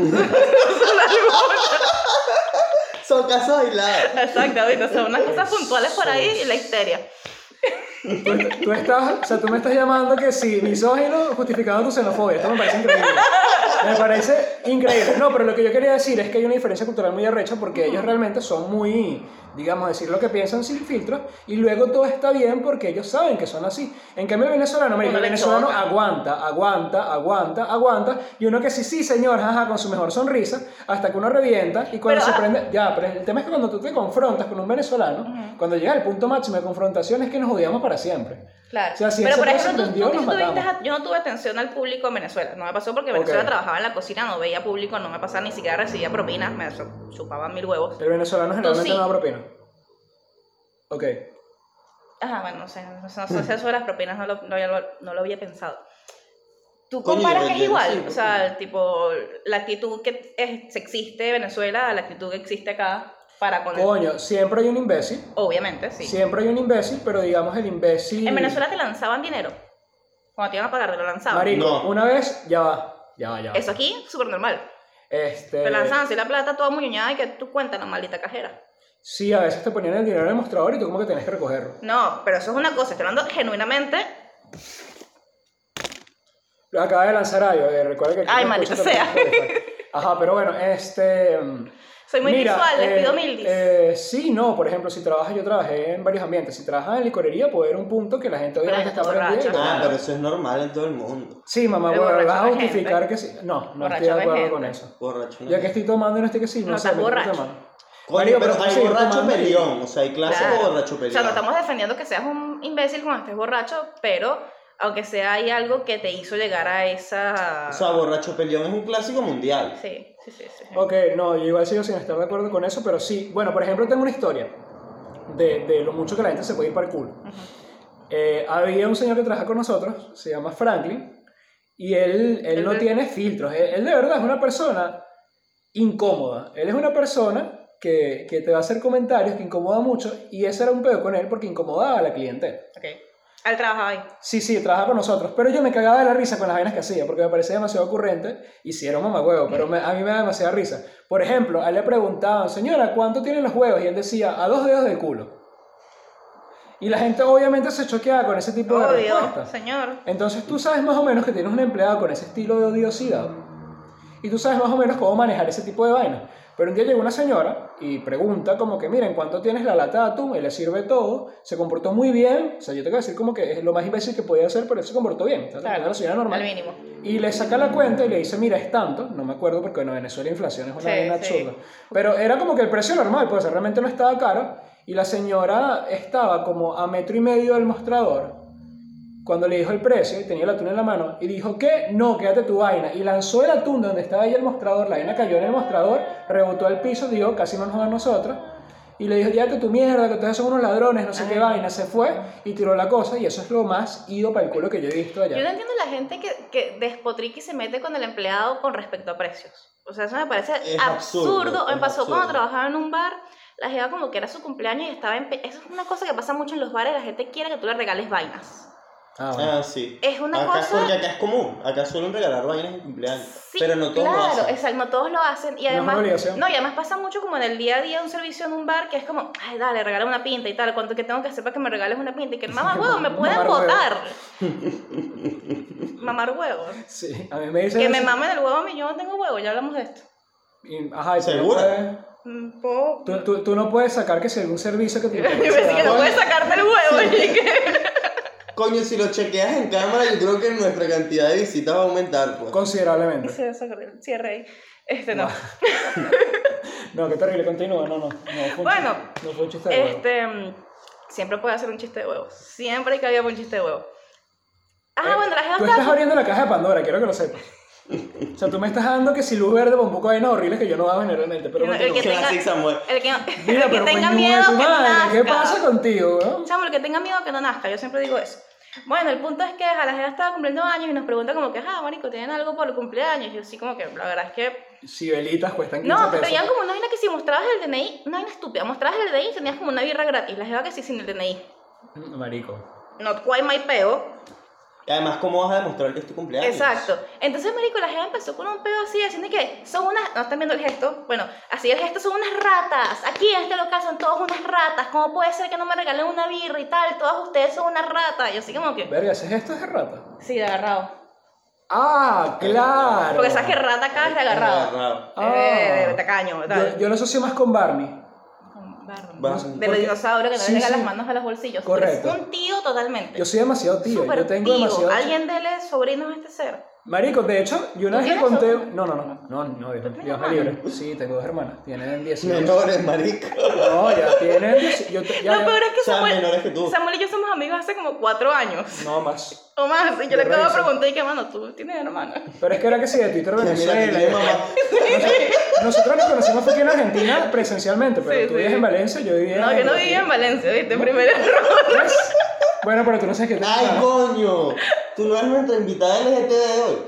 Speaker 1: Son casos aislados.
Speaker 3: Exactamente, o sea, unas cosas puntuales por ahí y la histeria.
Speaker 2: Tú me estás llamando que sí, misógino justificando tu xenofobia. Esto me parece increíble. Me parece increíble. No, pero lo que yo quería decir es que hay una diferencia cultural muy arrecha porque ellos realmente son muy, digamos, decir lo que piensan sin filtros y luego todo está bien porque ellos saben que son así. En cambio el venezolano, marico, el
Speaker 3: Uno le
Speaker 2: venezolano
Speaker 3: choca.
Speaker 2: aguanta y uno que sí señor, jaja, con su mejor sonrisa hasta que uno revienta y cuando
Speaker 3: Pero,
Speaker 2: se prende, ya, pero el tema es que cuando tú te confrontas con un venezolano, cuando llega el punto máximo de confrontación es que nos odiamos para siempre.
Speaker 3: Claro.
Speaker 2: O sea, si
Speaker 3: Pero
Speaker 2: ese
Speaker 3: por
Speaker 2: pedo se
Speaker 3: ejemplo,
Speaker 2: prendió, nos matamos.
Speaker 3: yo no tuve atención al público en Venezuela. No me pasó porque en Venezuela
Speaker 2: Ok.
Speaker 3: trabajaba en la cocina, no veía público, no me pasaba, ni siquiera recibía propinas, me chupaban 1000 huevos.
Speaker 2: El venezolano generalmente
Speaker 3: sí.
Speaker 2: no da propina. Ok.
Speaker 3: Ajá, bueno, no sé eso de las propinas, no lo había pensado. ¿Tú
Speaker 1: Coño,
Speaker 3: comparas que es
Speaker 1: yo no
Speaker 3: igual?
Speaker 1: sé,
Speaker 3: O sea, tipo, la actitud que existe en Venezuela a la actitud que existe acá para con
Speaker 2: Coño, siempre hay un imbécil.
Speaker 3: Obviamente, sí.
Speaker 2: Siempre hay un imbécil, pero digamos el imbécil...
Speaker 3: En Venezuela te lanzaban dinero. Cuando te iban a pagar, te lo lanzaban.
Speaker 2: Marico,
Speaker 1: No.
Speaker 2: una vez, ya va.
Speaker 3: Eso aquí, súper normal.
Speaker 2: Este...
Speaker 3: Te lanzaban así la plata toda muñoñada y que tú cuentas la maldita cajera.
Speaker 2: sí, a veces te ponían el dinero en el mostrador y tú como que tenías que recogerlo.
Speaker 3: No, pero eso es una cosa, estoy hablando genuinamente.
Speaker 2: Lo acaba de lanzar Ayo, recuerda que... aquí
Speaker 3: Ay,
Speaker 2: te
Speaker 3: maldita
Speaker 2: escucha
Speaker 3: sea.
Speaker 2: también Spotify. Ajá, pero bueno,
Speaker 3: Soy muy
Speaker 2: mira,
Speaker 3: visual, les pido mildis.
Speaker 2: sí, no, por ejemplo, yo trabajé en varios ambientes. Si trabajas en licorería, puede haber un punto que la gente obviamente
Speaker 3: Pero
Speaker 2: está
Speaker 3: es
Speaker 2: prendida.
Speaker 3: borracho.
Speaker 1: Ah, pero eso es normal en todo el mundo.
Speaker 2: Sí, mamá,
Speaker 3: El
Speaker 2: bueno,
Speaker 3: borracho
Speaker 2: vas a
Speaker 3: no es
Speaker 2: justificar
Speaker 3: gente.
Speaker 2: que sí. No
Speaker 3: Borracho
Speaker 2: estoy de
Speaker 3: no es
Speaker 2: acuerdo
Speaker 3: gente.
Speaker 2: con eso.
Speaker 1: Borracho.
Speaker 2: Ya que estoy tomando y no estoy que sí,
Speaker 3: No
Speaker 2: sé,
Speaker 3: estás
Speaker 2: me
Speaker 3: borracho.
Speaker 2: gusta más.
Speaker 1: Coño,
Speaker 2: Marico,
Speaker 1: pero
Speaker 2: tú
Speaker 1: hay
Speaker 2: sigues
Speaker 1: borracho
Speaker 2: tomando y-
Speaker 1: peleón, o sea, hay clásico
Speaker 3: Claro.
Speaker 1: borracho
Speaker 3: O
Speaker 1: peleón.
Speaker 3: sea, no estamos defendiendo que seas un imbécil cuando estés borracho, pero aunque sea hay algo que te hizo llegar a esa...
Speaker 1: O sea, borracho peleón es un clásico mundial.
Speaker 3: Sí.
Speaker 2: Ok, no, yo igual sigo sin estar de acuerdo con eso, pero sí. Bueno, por ejemplo, tengo una historia de lo mucho que la gente se puede ir para el culo. Había un señor que trabaja con nosotros, se llama Franklin, y él no tiene filtros. Él de verdad es una persona incómoda. Él es una persona que te va a hacer comentarios que incomoda mucho, y ese era un pedo con él porque incomodaba a la clientela.
Speaker 3: Ok. Él trabajaba ahí.
Speaker 2: Sí, trabaja con nosotros, pero yo me cagaba de la risa con las vainas que hacía, porque me parecía demasiado ocurrente, y sí era un mamagüevo, pero a mí me da demasiada risa. Por ejemplo, a él le preguntaban, señora, ¿cuánto tienen los huevos? Y él decía, a 2 dedos del culo. Y la gente obviamente se choqueaba con ese tipo de
Speaker 3: Obvio,
Speaker 2: respuestas.
Speaker 3: señor.
Speaker 2: Entonces tú sabes más o menos que tienes un empleado con ese estilo de odiosidad, y tú sabes más o menos cómo manejar ese tipo de vainas. Pero un día llegó una señora y pregunta como que, miren, ¿cuánto tienes la lata de atún? Él le sirve todo, se comportó muy bien, o sea, yo tengo que decir como que es lo más imbécil que podía hacer, pero él se comportó bien, ¿sabes?
Speaker 3: Claro,
Speaker 2: Una señora normal.
Speaker 3: al mínimo.
Speaker 2: Y le saca la cuenta y le dice, mira, es tanto, no me acuerdo porque en Venezuela la inflación es una
Speaker 3: Sí,
Speaker 2: vaina
Speaker 3: sí.
Speaker 2: absurda, pero era como que el precio normal, pues realmente no estaba caro, y la señora estaba como a 1,5 metros del mostrador, cuando le dijo el precio y tenía el atún en la mano, y dijo, ¿qué? No, quédate tu vaina. Y lanzó el atún de donde estaba ahí el mostrador, la vaina cayó en el mostrador, rebotó al piso, dijo, casi no nos da a nosotros, y le dijo, llévate tu mierda, que ustedes son unos ladrones, no sé qué vaina, se fue y tiró la cosa, y eso es lo más ido para el culo que yo he visto allá.
Speaker 3: Yo no entiendo la gente que despotrica y se mete con el empleado con respecto a precios. O sea, eso me parece
Speaker 1: Es
Speaker 3: absurdo.
Speaker 1: absurdo,
Speaker 3: Me
Speaker 1: es
Speaker 3: pasó
Speaker 1: absurdo.
Speaker 3: cuando trabajaba en un bar, la jeva como que era su cumpleaños y estaba en... Eso es una cosa que pasa mucho en los bares, la gente quiere que tú le regales vainas.
Speaker 2: Bueno.
Speaker 1: Ah, sí.
Speaker 3: Es una
Speaker 1: acá,
Speaker 3: cosa-
Speaker 1: Porque acá es común. Acá suelen regalar vainas en cumpleaños.
Speaker 3: Sí,
Speaker 1: pero no todos
Speaker 3: claro,
Speaker 1: lo hacen.
Speaker 3: exacto, no todos lo hacen. Y
Speaker 2: es una
Speaker 3: además,
Speaker 2: obligación.
Speaker 3: no, y además pasa mucho como en el día a día un servicio en un bar que es como, ay, dale, regala una pinta y tal, ¿cuánto que tengo que hacer para que me regales una pinta? Y que mamá huevo, me pueden
Speaker 2: Mamar huevo.
Speaker 3: botar. Mamar huevo.
Speaker 2: Sí, a mí me dicen
Speaker 3: Que me
Speaker 2: eso,
Speaker 3: mamen el huevo a mí, yo no tengo huevo, ya hablamos de esto.
Speaker 2: ajá, y tú no
Speaker 1: ¿Segura?
Speaker 2: puedes-
Speaker 3: Puedo...
Speaker 2: tú no puedes sacar que si algún servicio que te
Speaker 3: Yo pensé que no puedes sacarte el huevo, chique.
Speaker 1: Coño, si lo chequeas en cámara, yo creo que nuestra cantidad de visitas va a aumentar, pues.
Speaker 2: considerablemente.
Speaker 3: Sí, eso, cierre ahí. No.
Speaker 2: No, qué terrible, continúa, no fue un
Speaker 3: Bueno,
Speaker 2: chiste, no fue un chiste de huevo.
Speaker 3: Siempre puede hacer un chiste de huevo. Siempre hay que haber un chiste de huevo. Bueno, la jeva
Speaker 2: Tú
Speaker 3: está...
Speaker 2: estás abriendo la caja de Pandora, quiero que lo sepas. O sea, tú me estás dando que si luz verde con un poco de vainas horribles que yo no voy a venir en mente, pero
Speaker 3: El
Speaker 2: continúa.
Speaker 3: que tenga-
Speaker 1: Clásico, Samuel.
Speaker 3: El que,
Speaker 2: Mira,
Speaker 3: el que
Speaker 2: pero
Speaker 3: tenga
Speaker 2: coño
Speaker 3: miedo
Speaker 2: de tu
Speaker 3: que no
Speaker 2: madre,
Speaker 3: nazca.
Speaker 2: ¿qué pasa contigo, weón?
Speaker 3: Chamo, el que tenga miedo que no nazca, yo siempre digo eso. Bueno, el punto es que a la jeva estaba cumpliendo años y nos pregunta como que, marico, ¿tienen algo por el cumpleaños? Y yo sí como que, la verdad es que...
Speaker 2: Si velitas cuestan 15
Speaker 3: No,
Speaker 2: pesos.
Speaker 3: tenían como una vaina que si mostrabas el DNI, una vaina estúpida, mostrabas el DNI y tenías como una birra gratis. La jeva que sí sin el DNI.
Speaker 2: Marico.
Speaker 3: Not quite my peo.
Speaker 1: Y además, ¿cómo vas a demostrar que es tu cumpleaños?
Speaker 3: Exacto. Entonces, marico, la jeva empezó con un pedo así, diciendo que son unas... ¿No están viendo el gesto? Bueno, así el gesto, son unas ratas. Aquí en este local son todos unas ratas. ¿Cómo puede ser que no me regalen una birra y tal? Todas ustedes son unas ratas. Y así como que...
Speaker 2: Verga, ¿ese gesto es de rata?
Speaker 3: Sí, de agarrado.
Speaker 2: Ah, claro.
Speaker 3: Porque sabes que rata acá es de agarrado. De tacaño, tal.
Speaker 2: Yo lo asocio más con Barney.
Speaker 1: Barney.
Speaker 3: Del
Speaker 2: Porque-
Speaker 3: dinosaurio que no
Speaker 2: sí,
Speaker 3: le llega
Speaker 2: sí.
Speaker 3: las manos a los bolsillos.
Speaker 2: Correcto.
Speaker 3: Tú eres un tío totalmente.
Speaker 2: Yo soy demasiado tío,
Speaker 3: Súper
Speaker 2: yo tengo
Speaker 3: tío.
Speaker 2: demasiado...
Speaker 3: Alguien dele sobrinos a este ser.
Speaker 2: Marico, de hecho, yo una
Speaker 3: ¿Tú
Speaker 2: vez le
Speaker 3: tienes
Speaker 2: conté...
Speaker 3: otro?
Speaker 2: No, Dios
Speaker 3: tienes
Speaker 2: me
Speaker 3: hermanas?
Speaker 2: libre. Sí, tengo 2 hermanas, tienen 18.
Speaker 1: Menores, marico.
Speaker 2: No, ya tienen...
Speaker 3: Lo peor es que
Speaker 1: O sea,
Speaker 3: Samuel,
Speaker 1: menores que tú.
Speaker 3: Samuel y yo somos amigos hace como 4 años.
Speaker 2: No, más.
Speaker 3: O más. Y yo le
Speaker 2: De
Speaker 3: acabo de
Speaker 2: risa.
Speaker 3: preguntar y que, mano, tú tienes hermana.
Speaker 2: Pero es que era que sí, de Twitter
Speaker 1: Mira,
Speaker 2: Venezuela.
Speaker 1: mi mamá.
Speaker 2: Nosotros nos conocimos fue aquí en Argentina presencialmente, pero
Speaker 3: Sí,
Speaker 2: tú
Speaker 3: sí.
Speaker 2: vivías en Valencia, yo vivía
Speaker 3: No, yo no vivía en Valencia, ¿viste? Primero error.
Speaker 2: ¿Ves? Bueno, pero tú no sabes qué
Speaker 1: ¡Ay,
Speaker 2: tal.
Speaker 1: coño! Tú no eres nuestra invitada LGTB de hoy.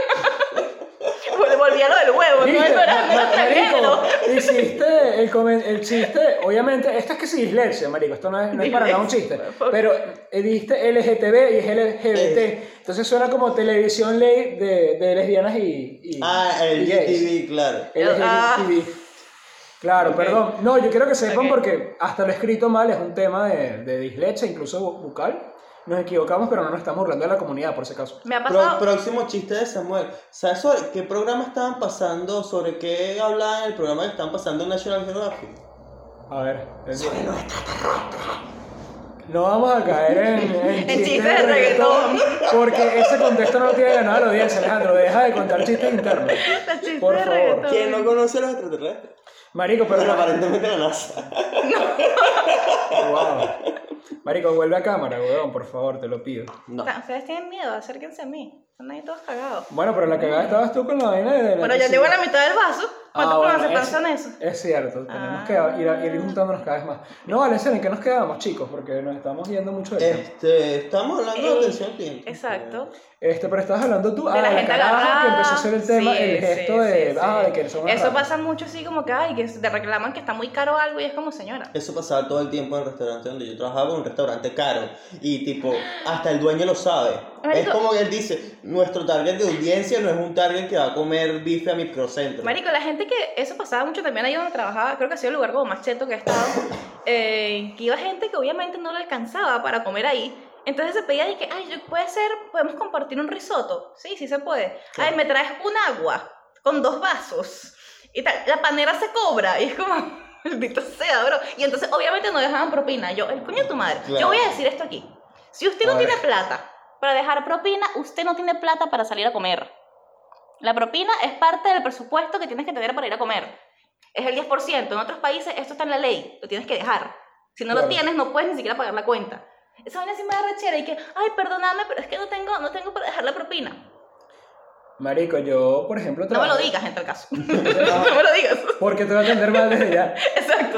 Speaker 3: Volví a lo del huevo, no
Speaker 2: ¿Viste?
Speaker 3: eso era nuestro género.
Speaker 2: Hiciste el chiste, obviamente, esto es que sí, dislexia, marico, esto no es para nada un chiste, pero dijiste LGTB y es LGBT, entonces suena como televisión ley de lesbianas y
Speaker 1: Ah, el
Speaker 2: y gays.
Speaker 1: GTV, claro.
Speaker 2: LGTB. Claro,
Speaker 1: Ok.
Speaker 2: perdón. No, yo quiero que sepan
Speaker 3: Ok.
Speaker 2: porque hasta lo escrito mal es un tema de dislexia, incluso bucal. Nos equivocamos, pero no nos estamos burlando de la comunidad, por si acaso.
Speaker 3: Me ha pasado...
Speaker 1: Próximo chiste de Samuel. ¿Sabes sobre qué programa estaban pasando? ¿Sobre qué hablaban en el programa que estaban pasando en National Geographic?
Speaker 2: A ver. No vamos a caer en
Speaker 3: chistes de reggaetón.
Speaker 2: porque ese contexto no tiene ganado a la audiencia, Alejandro. Deja de contar chistes internos.
Speaker 3: Los chistes
Speaker 2: Por
Speaker 3: de
Speaker 2: favor.
Speaker 3: reggaetón.
Speaker 1: ¿Quién no conoce a los extraterrestres?
Speaker 2: Marico,
Speaker 1: Pero
Speaker 2: pero...
Speaker 1: aparentemente la NASA.
Speaker 2: Wow. Marico, vuelve a cámara, weón, por favor, te lo pido.
Speaker 1: No.
Speaker 3: Ustedes tienen miedo, acérquense a mí. Están ahí todos cagados.
Speaker 2: Bueno, pero la cagada estabas tú con la vaina de...
Speaker 3: Bueno, ya llevo a la mitad del vaso. ¿Cuántos
Speaker 2: bueno,
Speaker 3: programas se pasan eso?
Speaker 2: Es cierto, tenemos que ir juntándonos cada vez más. No, vale, ¿en qué nos quedamos, chicos? Porque nos estamos yendo mucho de tiempo.
Speaker 1: Estamos hablando de atención al cliente.
Speaker 3: Exacto.
Speaker 2: Pero estabas hablando tú,
Speaker 3: De la gente
Speaker 2: caraja
Speaker 3: agarrada.
Speaker 2: que empezó a hacer el tema,
Speaker 3: Sí,
Speaker 2: el gesto
Speaker 3: sí,
Speaker 2: de,
Speaker 3: sí,
Speaker 2: de que son
Speaker 3: Eso
Speaker 2: raros.
Speaker 3: pasa mucho así como que, ay, que te reclaman que está muy caro algo y es como, señora.
Speaker 1: Eso pasaba todo el tiempo en el restaurante donde yo trabajaba, un restaurante caro. Y tipo, hasta el dueño lo sabe.
Speaker 3: Marico.
Speaker 1: Es como que él dice, nuestro target de audiencia no es un target que va a comer bife a microcentro.
Speaker 3: Marico, la gente que eso pasaba mucho también ahí donde trabajaba, creo que ha sido el lugar como más cheto que he estado, que iba gente que obviamente no le alcanzaba para comer ahí. Entonces se pedía de que, ay, puede ser, podemos compartir un risotto. Sí, sí se puede.
Speaker 1: Claro.
Speaker 3: Ay, me traes un agua con 2 vasos. Y tal, la panera se cobra. Y es como, maldito sea, bro. Y entonces obviamente no dejaban propina. Yo, el coño de tu madre.
Speaker 1: Claro.
Speaker 3: Yo voy a decir esto aquí. Si usted no
Speaker 2: A ver.
Speaker 3: tiene plata para dejar propina, usted no tiene plata para salir a comer. La propina es parte del presupuesto que tienes que tener para ir a comer. Es el 10%. En otros países esto está en la ley. Lo tienes que dejar. Si no
Speaker 2: Claro.
Speaker 3: lo tienes, no puedes ni siquiera pagar la cuenta. Esa vaina sí me da rechera y que, ay, perdóname, pero es que no tengo para dejar la propina.
Speaker 2: Marico, yo, por ejemplo,
Speaker 3: No me lo
Speaker 2: trabajé-
Speaker 3: digas en tal caso. No me lo digas.
Speaker 2: Porque te voy a atender mal desde ya.
Speaker 3: Exacto.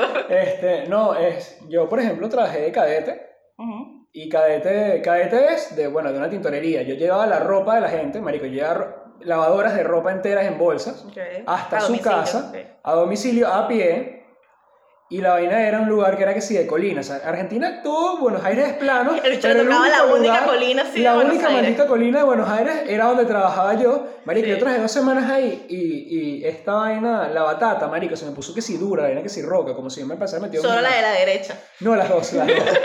Speaker 2: Yo, por ejemplo, trabajé de cadete.
Speaker 3: Ujú.
Speaker 2: Y cadete es de una tintorería. Yo llevaba la ropa de la gente, marico, yo llevaba lavadoras de ropa enteras en bolsas
Speaker 3: Okay.
Speaker 2: hasta
Speaker 3: A
Speaker 2: su
Speaker 3: domicilio,
Speaker 2: casa,
Speaker 3: ok.
Speaker 2: a domicilio, a pie. Y la vaina era un lugar que era que sí, de colinas. O sea, Argentina, todo Buenos Aires es plano.
Speaker 3: El bicho
Speaker 2: pero
Speaker 3: le tocaba la
Speaker 2: único
Speaker 3: única
Speaker 2: lugar-
Speaker 3: colina, sí, de
Speaker 2: La
Speaker 3: Buenos
Speaker 2: única
Speaker 3: Aires.
Speaker 2: maldita colina de Buenos Aires era donde trabajaba yo. Marico,
Speaker 3: Sí.
Speaker 2: yo trabajé 2 semanas ahí y esta vaina, la batata, marico, se me puso que sí dura, la vaina que sí roca, como si yo me pasara metido en
Speaker 3: Solo
Speaker 2: una-
Speaker 3: la de la derecha.
Speaker 2: No, las dos.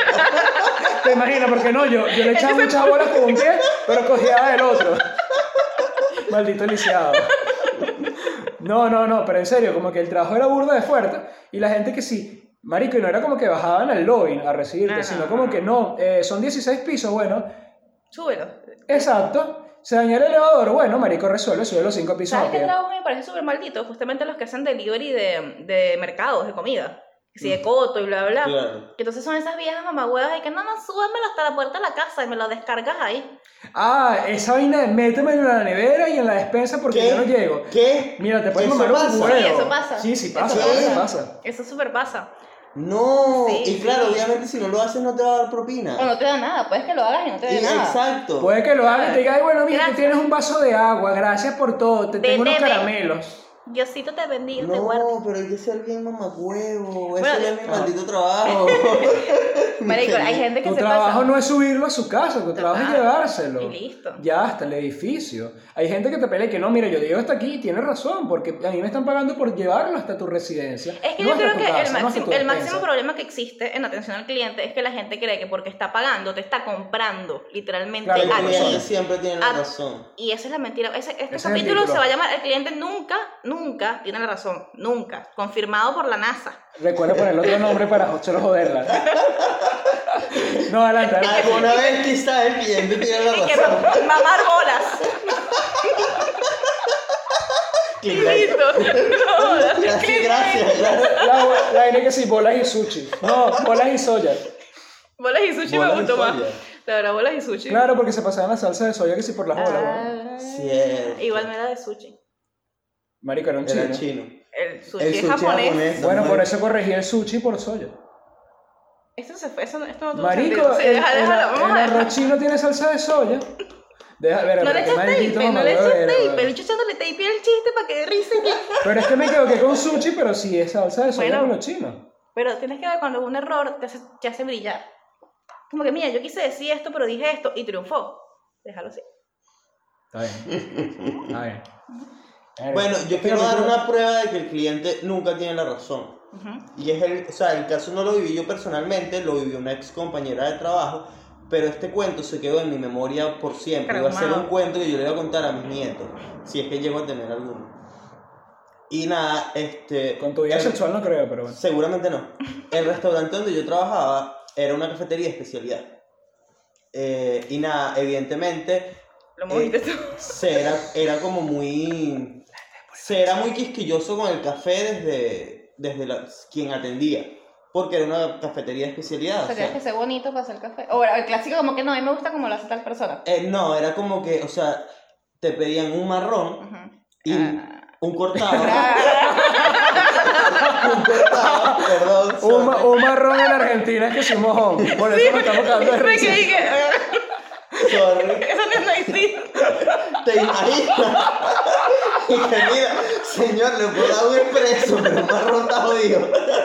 Speaker 2: ¿Te imaginas? Porque no, yo le echaba muchas bolas con un pie, pero cogía del otro. Maldito lisiado. No, pero en serio, como que el trabajo era burda de fuerte y la gente que sí, marico, y no era como que bajaban al lobby a recibirte,
Speaker 3: Ajá.
Speaker 2: sino como que no, son 16 pisos, bueno,
Speaker 3: Súbelo.
Speaker 2: exacto, se dañó el elevador, bueno, marico, resuelve, sube los 5 pisos
Speaker 3: ¿Sabes
Speaker 2: a
Speaker 3: qué
Speaker 2: pie.
Speaker 3: trabajo me parece súper maldito? Justamente los que hacen delivery de mercados, de comida. Que si de coto y bla, bla, bla.
Speaker 1: Claro.
Speaker 3: Que entonces son esas viejas mamagüedas de que no, súbemelo hasta la puerta de la casa y me lo descargas ahí.
Speaker 2: Ah, esa vaina, métemelo en la nevera y en la despensa porque
Speaker 1: ¿Qué?
Speaker 2: yo no llego.
Speaker 1: ¿Qué?
Speaker 2: Mira, te puedes
Speaker 1: ¿Eso
Speaker 2: mamar un
Speaker 1: pasa?
Speaker 2: huevo.
Speaker 3: Sí, eso pasa.
Speaker 2: Sí,
Speaker 3: Eso
Speaker 2: pasa,
Speaker 1: pasa.
Speaker 2: eso pasa.
Speaker 3: Eso súper pasa.
Speaker 1: No,
Speaker 3: Sí,
Speaker 1: y claro,
Speaker 3: sí.
Speaker 1: obviamente si no lo haces no te va a dar propina.
Speaker 3: O no te da nada, puedes que lo hagas y no te dé nada.
Speaker 1: Exacto.
Speaker 2: Puede que lo haga y te diga, ay, bueno, mira, tú
Speaker 3: Gracias.
Speaker 2: tienes un vaso de agua, gracias por todo, te tengo unos
Speaker 3: Bebe.
Speaker 2: caramelos.
Speaker 3: Diosito te bendiga y te guarde.
Speaker 1: No, pero hay que ser bien mamacuevo. Eso
Speaker 3: Bueno,
Speaker 1: ya es mi
Speaker 2: no.
Speaker 1: maldito trabajo.
Speaker 3: Marico, hay gente que
Speaker 2: Tu
Speaker 3: se
Speaker 2: trabajo
Speaker 3: pasa.
Speaker 2: no es subirlo a su casa, tu trabajo es
Speaker 3: Total.
Speaker 2: llevárselo.
Speaker 3: Y listo.
Speaker 2: Ya, hasta el edificio. Hay gente que te pelea y que no, mira, yo digo hasta aquí y tienes razón, porque a mí me están pagando por llevarlo hasta tu residencia.
Speaker 3: Es que
Speaker 2: no
Speaker 3: yo
Speaker 2: hasta
Speaker 3: creo
Speaker 2: tu
Speaker 3: que
Speaker 2: casa,
Speaker 3: el
Speaker 2: no hasta
Speaker 3: máximo,
Speaker 2: tu
Speaker 3: el
Speaker 2: despensa.
Speaker 3: máximo problema que existe en atención al cliente es que la gente cree que porque está pagando te está comprando literalmente
Speaker 2: Claro,
Speaker 1: El
Speaker 2: algo.
Speaker 1: cliente siempre tiene la
Speaker 3: Ah.
Speaker 1: razón.
Speaker 3: Y esa es la mentira. Este
Speaker 2: es el
Speaker 3: capítulo
Speaker 2: título.
Speaker 3: se va a llamar El cliente nunca tiene la razón. Nunca. Confirmado por la NASA.
Speaker 2: Recuerda ponerle otro nombre para solo joderla. No, adelante, adelante.
Speaker 1: Alguna vez quizá el cliente tiene la
Speaker 3: Y que
Speaker 1: razón.
Speaker 3: mamar bolas. Y listo. No,
Speaker 1: Gracias, gracias.
Speaker 2: La vaina que sí, bolas y sushi. No, bolas y soya.
Speaker 3: Bolas y sushi
Speaker 1: Bolas
Speaker 3: me
Speaker 1: y
Speaker 3: gustó más.
Speaker 1: soya.
Speaker 3: La verdad, bolas y sushi.
Speaker 2: Claro, porque se pasaban la salsa de soya que sí por las bolas, ¿no?
Speaker 3: Ah,
Speaker 1: Cierto.
Speaker 3: igual me da de sushi.
Speaker 2: Marico, era un
Speaker 1: Era
Speaker 2: chino.
Speaker 1: chino.
Speaker 3: El sushi
Speaker 1: El
Speaker 3: es
Speaker 1: sushi
Speaker 3: japonés.
Speaker 1: japonés.
Speaker 2: Bueno,
Speaker 1: Muy-
Speaker 2: por eso corregí el sushi por soya.
Speaker 3: Esto se fue, esto no tuvo
Speaker 2: Marico,
Speaker 3: sentido. Sí, déjalo, vamos a
Speaker 2: el arroz chino tiene salsa de soya. Deja, ver,
Speaker 3: No le
Speaker 2: qué
Speaker 3: eches
Speaker 2: maldito
Speaker 3: tape, no le
Speaker 2: mamador
Speaker 3: eches
Speaker 2: eres,
Speaker 3: tape.
Speaker 2: weón.
Speaker 3: El bicho echándole tape al chiste para que dé risa. y que-
Speaker 2: Pero es que me equivoqué con sushi, pero sí es salsa de soya
Speaker 3: Bueno.
Speaker 2: con los chinos.
Speaker 3: Pero tienes que ver cuando un error te hace brillar. Como que, mira, yo quise decir esto, pero dije esto y triunfó. Déjalo así.
Speaker 2: Está bien. Está bien.
Speaker 1: Bueno, yo quiero dar una prueba de que el cliente nunca tiene la razón. Y es el caso no lo viví yo personalmente, lo vivió una ex compañera de trabajo, pero este cuento se quedó en mi memoria por siempre. Iba a ser un cuento que yo le iba a contar a mis nietos, si es que llego a tener alguno. Y nada,
Speaker 2: Con tu vida sexual no creo, pero bueno.
Speaker 1: Seguramente no. El restaurante donde yo trabajaba era una cafetería de especialidad. Y nada, evidentemente...
Speaker 3: Lo moviste tú.
Speaker 1: Era como muy... Era muy quisquilloso con el café desde quien atendía. Porque era una cafetería de especialidad.
Speaker 3: O sea, tienes que ser bonito para hacer café. O el clásico como que no, a mí me gusta como lo hace tal persona.
Speaker 1: No, era como que, o sea, te pedían un marrón y un cortado. Un cortado, perdón.
Speaker 2: Un marrón en Argentina es que es un mojón. Por eso me estamos cagando de risa.
Speaker 1: Sorry.
Speaker 3: Eso no existe.
Speaker 1: ¿Te imaginas? Y que mira, señor, le puedo dar un expreso, pero un marrón está jodido.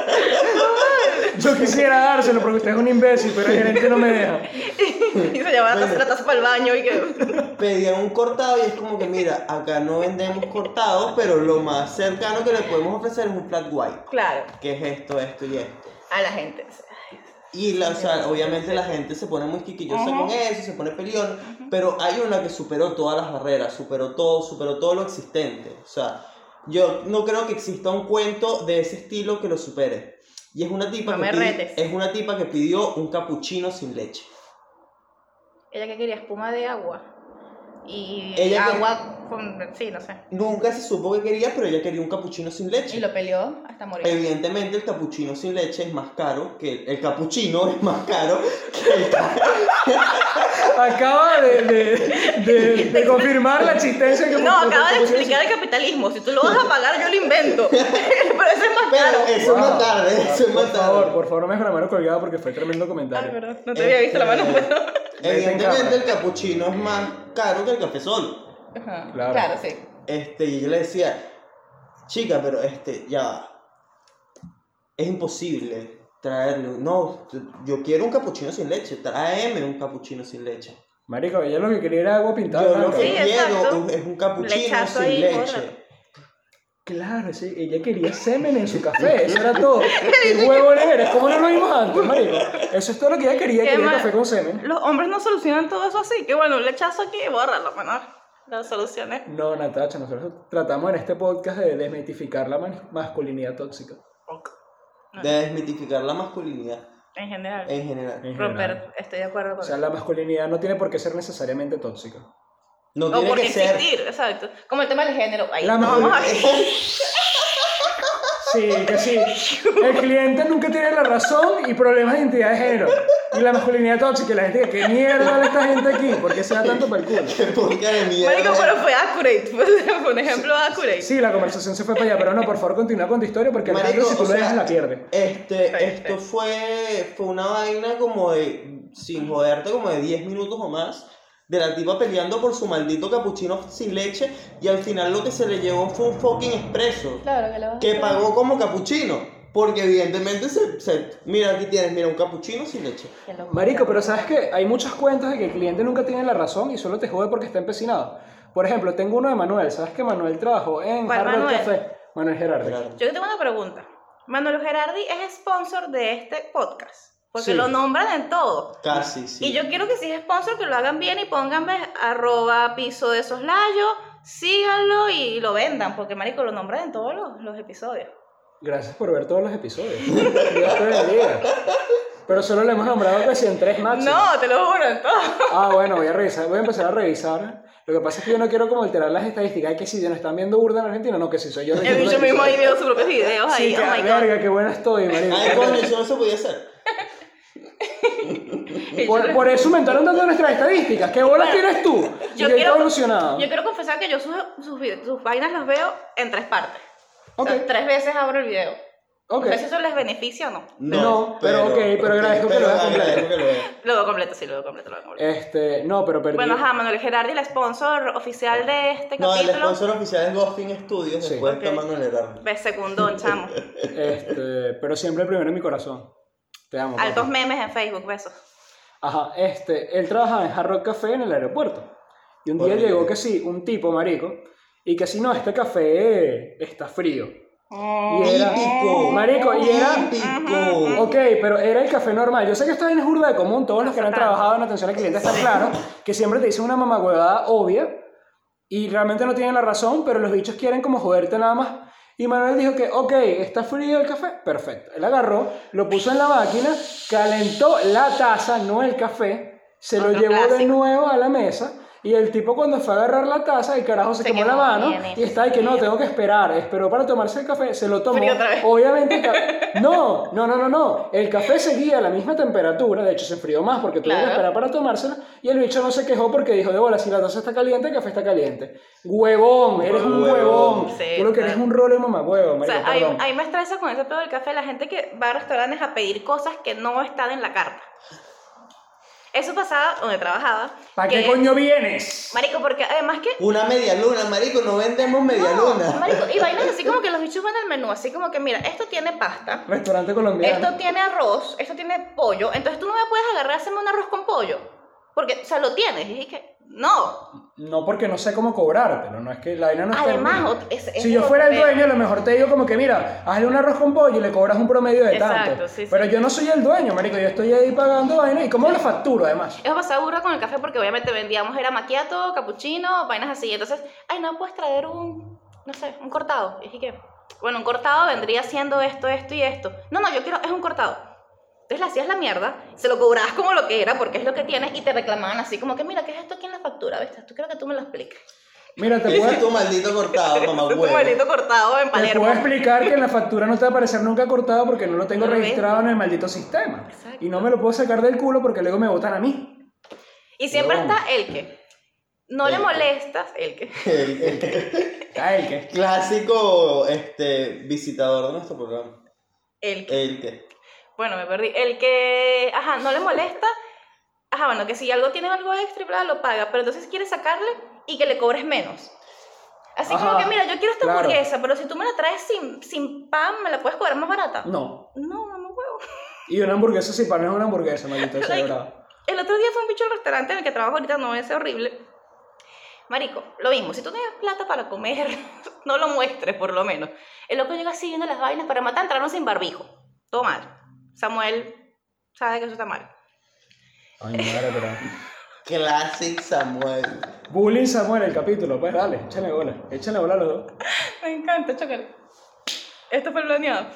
Speaker 2: Yo quisiera dárselo porque usted es un imbécil, pero el gerente no me deja.
Speaker 3: Y se lleva la taza para el baño y que...
Speaker 1: Pedían un cortado y es como que, mira, acá no vendemos cortados, pero lo más cercano que le podemos ofrecer es un flat white.
Speaker 3: Claro.
Speaker 1: Que es esto y esto.
Speaker 3: A la gente.
Speaker 1: Y o sea, obviamente la gente se pone muy quisquillosa con eso, se pone peleón, pero hay una que superó todas las barreras, superó todo lo existente. O sea, yo no creo que exista un cuento de ese estilo que lo supere. Y es una tipa, que pidió un cappuccino sin leche.
Speaker 3: Ella que quería espuma de agua. Y
Speaker 1: ella
Speaker 3: agua con... Sí, no sé.
Speaker 1: Nunca se supo que quería, pero ella quería un cappuccino sin leche.
Speaker 3: Y lo peleó hasta morir.
Speaker 1: Evidentemente el cappuccino sin leche es más caro que... El cappuccino es más caro que el...
Speaker 2: Acaba de confirmar la existencia que...
Speaker 3: No, acaba de explicar el capitalismo. Si tú lo vas a pagar, yo lo invento. Pero eso es más caro.
Speaker 1: Eso es más tarde,
Speaker 2: Por favor, me dejo la mano colgada porque fue tremendo comentario.
Speaker 3: Ay, perdón, no te había visto la mano.
Speaker 1: Evidentemente el cappuccino es más caro que el café solo.
Speaker 3: Ajá, claro, sí.
Speaker 1: Y yo le decía, chica, pero ya va. Es imposible traerle. No, yo quiero un cappuccino sin leche. Tráeme un cappuccino sin leche.
Speaker 2: Marico, ella lo que quería era agua pintada.
Speaker 1: Yo lo que quiero es un cappuccino sin leche.
Speaker 2: Claro, sí, ella quería semen en su café, eso era todo. ¿Qué huevo eres? ¿Cómo no lo vimos antes, marico? Eso es todo lo que ella quería café con semen.
Speaker 3: Los hombres no solucionan todo eso así, que bueno, un lechazo aquí y bórralo, bueno, las soluciones.
Speaker 2: No, Natacha, nosotros tratamos en este podcast de desmitificar la masculinidad tóxica.
Speaker 1: De desmitificar la masculinidad.
Speaker 3: En general.
Speaker 1: En general.
Speaker 3: Romper, estoy de acuerdo con eso.
Speaker 2: O sea, la masculinidad no tiene por qué ser necesariamente tóxica.
Speaker 1: No tiene
Speaker 3: por
Speaker 1: que ser.
Speaker 3: existir, exacto. Como el tema del género. Ahí
Speaker 2: la
Speaker 3: no vamos a...
Speaker 2: Sí, que sí. El cliente nunca tiene la razón y problemas de identidad de género. Y la masculinidad tóxica, y la gente que ¿qué mierda de esta gente aquí? ¿Por qué se da tanto para el culo?
Speaker 1: Qué poca de mierda.
Speaker 3: Marico, pero fue accurate. Fue un ejemplo accurate.
Speaker 2: Sí, la conversación se fue para allá, pero no, por favor, continúa con tu historia porque Alejandro, si tú lo dejas, la pierde.
Speaker 1: Esto fue una vaina como de, sin joderte, como de 10 minutos o más, de la tipa peleando por su maldito cappuccino sin leche, y al final lo que se le llevó fue un fucking expreso.
Speaker 3: Claro,
Speaker 1: que pagó como cappuccino. Porque evidentemente mira, aquí tienes, un cappuccino sin leche.
Speaker 2: Marico, pero ¿sabes qué? Hay muchas cuentas de que el cliente nunca tiene la razón y solo te jode porque está empecinado. Por ejemplo, tengo uno de Manuel. ¿Sabes que Manuel trabajó en Hard Rock Café? Manuel Gerardi.
Speaker 3: Yo tengo una pregunta. Manuel Gerardi es sponsor de este podcast. Porque
Speaker 2: sí,
Speaker 3: lo nombran en todo.
Speaker 1: Casi, sí.
Speaker 3: Y yo quiero que si es sponsor que lo hagan bien y pongan @piso de soslayo, síganlo y lo vendan, porque marico lo nombran en todos los episodios.
Speaker 2: Gracias por ver todos los episodios. Dios te bendiga. Pero solo le hemos nombrado casi en 3 máximo.
Speaker 3: No, te lo juro, en todo.
Speaker 2: Bueno, voy a empezar a revisar. Lo que pasa es que yo no quiero como alterar las estadísticas. Es que si nos están viendo burda en Argentina, no, que si soy yo.
Speaker 3: El bicho mismo ahí veo sus propios videos ahí.
Speaker 2: Sí,
Speaker 3: oh my
Speaker 2: verga,
Speaker 3: God.
Speaker 2: qué buena estoy, marico.
Speaker 1: Ay, coño, eso no se podía hacer.
Speaker 2: Por eso aumentaron tanto nuestras estadísticas. ¿Qué bolas tienes tú?
Speaker 3: Yo quiero
Speaker 2: evolucionado.
Speaker 3: confesar que yo sus vainas las veo en 3 partes.
Speaker 2: Okay.
Speaker 3: O sea, 3 veces abro el video.
Speaker 2: Okay.
Speaker 3: No sé si eso les beneficia o no.
Speaker 2: No, pero agradezco que lo veas completo.
Speaker 3: Lo veo completo, sí, lo veo completo.
Speaker 2: No, pero perdí.
Speaker 3: Bueno, Manuel Gerardi, el sponsor oficial de este capítulo.
Speaker 1: No, el sponsor oficial es Ghosting Studios,
Speaker 2: Sí.
Speaker 1: después está Manuel Gerardi.
Speaker 3: Ves secundón, chamo.
Speaker 2: Pero siempre el primero en mi corazón. Te amo.
Speaker 3: Altos
Speaker 2: papi.
Speaker 3: memes en Facebook, besos.
Speaker 2: Ajá, él trabajaba en Hard Rock Café en el aeropuerto. Y un día llegó que sí, un tipo, marico, y que si no, este café está frío.
Speaker 3: Mm.
Speaker 2: Y era,
Speaker 1: Típico.
Speaker 2: marico, y era,
Speaker 1: Típico.
Speaker 2: ok, pero era el café normal. Yo sé que esto es burda de común, todos los que han trabajado en atención al cliente están claros, que siempre te dicen una mamagüevada obvia y realmente no tienen la razón, pero los bichos quieren como joderte nada más. Y Manuel dijo que, ok, ¿está frío el café? Perfecto. Él agarró, lo puso en la máquina, calentó la taza, no el café, se lo
Speaker 3: Otro
Speaker 2: llevó de
Speaker 3: clásico.
Speaker 2: nuevo a la mesa. Y el tipo cuando fue a agarrar la taza, el carajo se quemó la
Speaker 3: quemó,
Speaker 2: mano
Speaker 3: bien
Speaker 2: y está ahí que no, tengo que esperar. Esperó para tomarse el café, se lo tomó.
Speaker 3: Frío otra vez.
Speaker 2: Obviamente, no. El café seguía a la misma temperatura, de hecho se enfrió más porque tuvo que
Speaker 3: Claro.
Speaker 2: esperar para tomárselo. Y el bicho no se quejó porque dijo, de bola, si la taza está caliente, el café está caliente. Huevón, eres un huevón.
Speaker 1: Huevón.
Speaker 3: Sí,
Speaker 2: Tú lo que eres
Speaker 3: claro.
Speaker 2: un rolo de mamahuevo,
Speaker 3: O
Speaker 2: marico,
Speaker 3: sea,
Speaker 2: perdón.
Speaker 3: ahí me estresa con ese pedo del café la gente que va a restaurantes a pedir cosas que no están en la carta. Eso pasaba donde trabajaba.
Speaker 2: ¿Para
Speaker 3: que-
Speaker 2: qué coño vienes?
Speaker 3: Marico, porque además que...
Speaker 1: Una media luna, marico, no vendemos media
Speaker 3: No,
Speaker 1: luna.
Speaker 3: marico, y vainas así como que los bichos van al menú, así como que mira, esto tiene pasta,
Speaker 2: Restaurante colombiano.
Speaker 3: esto tiene arroz, esto tiene pollo, entonces tú no me puedes agarrar a hacerme un arroz con pollo, porque, o sea, lo tienes, y dije, no.
Speaker 2: No, porque no sé cómo cobrártelo, no es que la vaina no está en
Speaker 3: Además,
Speaker 2: mí.
Speaker 3: ese
Speaker 2: Si yo
Speaker 3: es
Speaker 2: fuera el
Speaker 3: otro pedo.
Speaker 2: dueño, a lo mejor te digo como que, mira, hazle un arroz con pollo y le cobras un promedio de
Speaker 3: Exacto,
Speaker 2: tanto.
Speaker 3: sí, sí.
Speaker 2: Pero yo no soy el dueño, marico, yo estoy ahí pagando vaina. ¿Y cómo lo facturo, además?
Speaker 3: Eso pasaba burda con el café porque obviamente vendíamos era macchiato, cappuccino, vainas así. Entonces, ay, no puedes traer no sé, un cortado. Y dije que, bueno, un cortado vendría siendo esto, esto y esto. No, yo quiero, es un cortado. Entonces le hacías la mierda, se lo cobrabas como lo que era, porque es lo que tienes, y te reclamaban así como que, mira, ¿qué es esto aquí en la factura? ¿Viste? Tú quiero que tú me lo expliques.
Speaker 2: Mira, te
Speaker 1: Ese es tu
Speaker 2: puedo,
Speaker 1: maldito cortado, mamá
Speaker 3: Tu
Speaker 1: huevo.
Speaker 3: maldito cortado en
Speaker 2: te
Speaker 3: Palermo.
Speaker 2: puedo explicar que en la factura no te va a aparecer nunca cortado porque no lo tengo
Speaker 3: No lo ves.
Speaker 2: registrado en el maldito sistema.
Speaker 3: Exacto.
Speaker 2: Y no me lo puedo sacar del culo porque luego me votan a mí.
Speaker 3: Y siempre
Speaker 2: No.
Speaker 3: está el que. No le
Speaker 1: El que.
Speaker 3: molestas, el que.
Speaker 2: Ay, ¿qué?
Speaker 1: Clásico visitador de nuestro programa.
Speaker 3: El que.
Speaker 1: El que.
Speaker 3: Bueno, me perdí. El que, ajá, no le molesta. Ajá, bueno, que si algo tiene algo extra, bla, lo paga. Pero entonces quiere sacarle y que le cobres menos. Así como
Speaker 2: Ajá,
Speaker 3: que, mira, yo quiero esta
Speaker 2: claro.
Speaker 3: hamburguesa, pero si tú me la traes sin pan, ¿me la puedes cobrar más barata?
Speaker 2: No.
Speaker 3: No, no huevo.
Speaker 2: Y una hamburguesa sin pan no es una hamburguesa, maldito
Speaker 3: Like,
Speaker 2: descerebrado.
Speaker 3: El otro día fue un bicho al restaurante en el que trabajo ahorita, no es horrible. Marico, lo mismo, si tú tienes plata para comer, no lo muestres por lo menos. El loco llega así viendo las vainas para matar, entraron sin barbijo. Todo mal. Samuel sabe que eso está mal.
Speaker 2: Ay, madre, pero...
Speaker 1: Classic Samuel.
Speaker 2: Bullying Samuel, el capítulo, pues dale, échale bola a los dos.
Speaker 3: Me encanta, chócale. Esto fue planeado.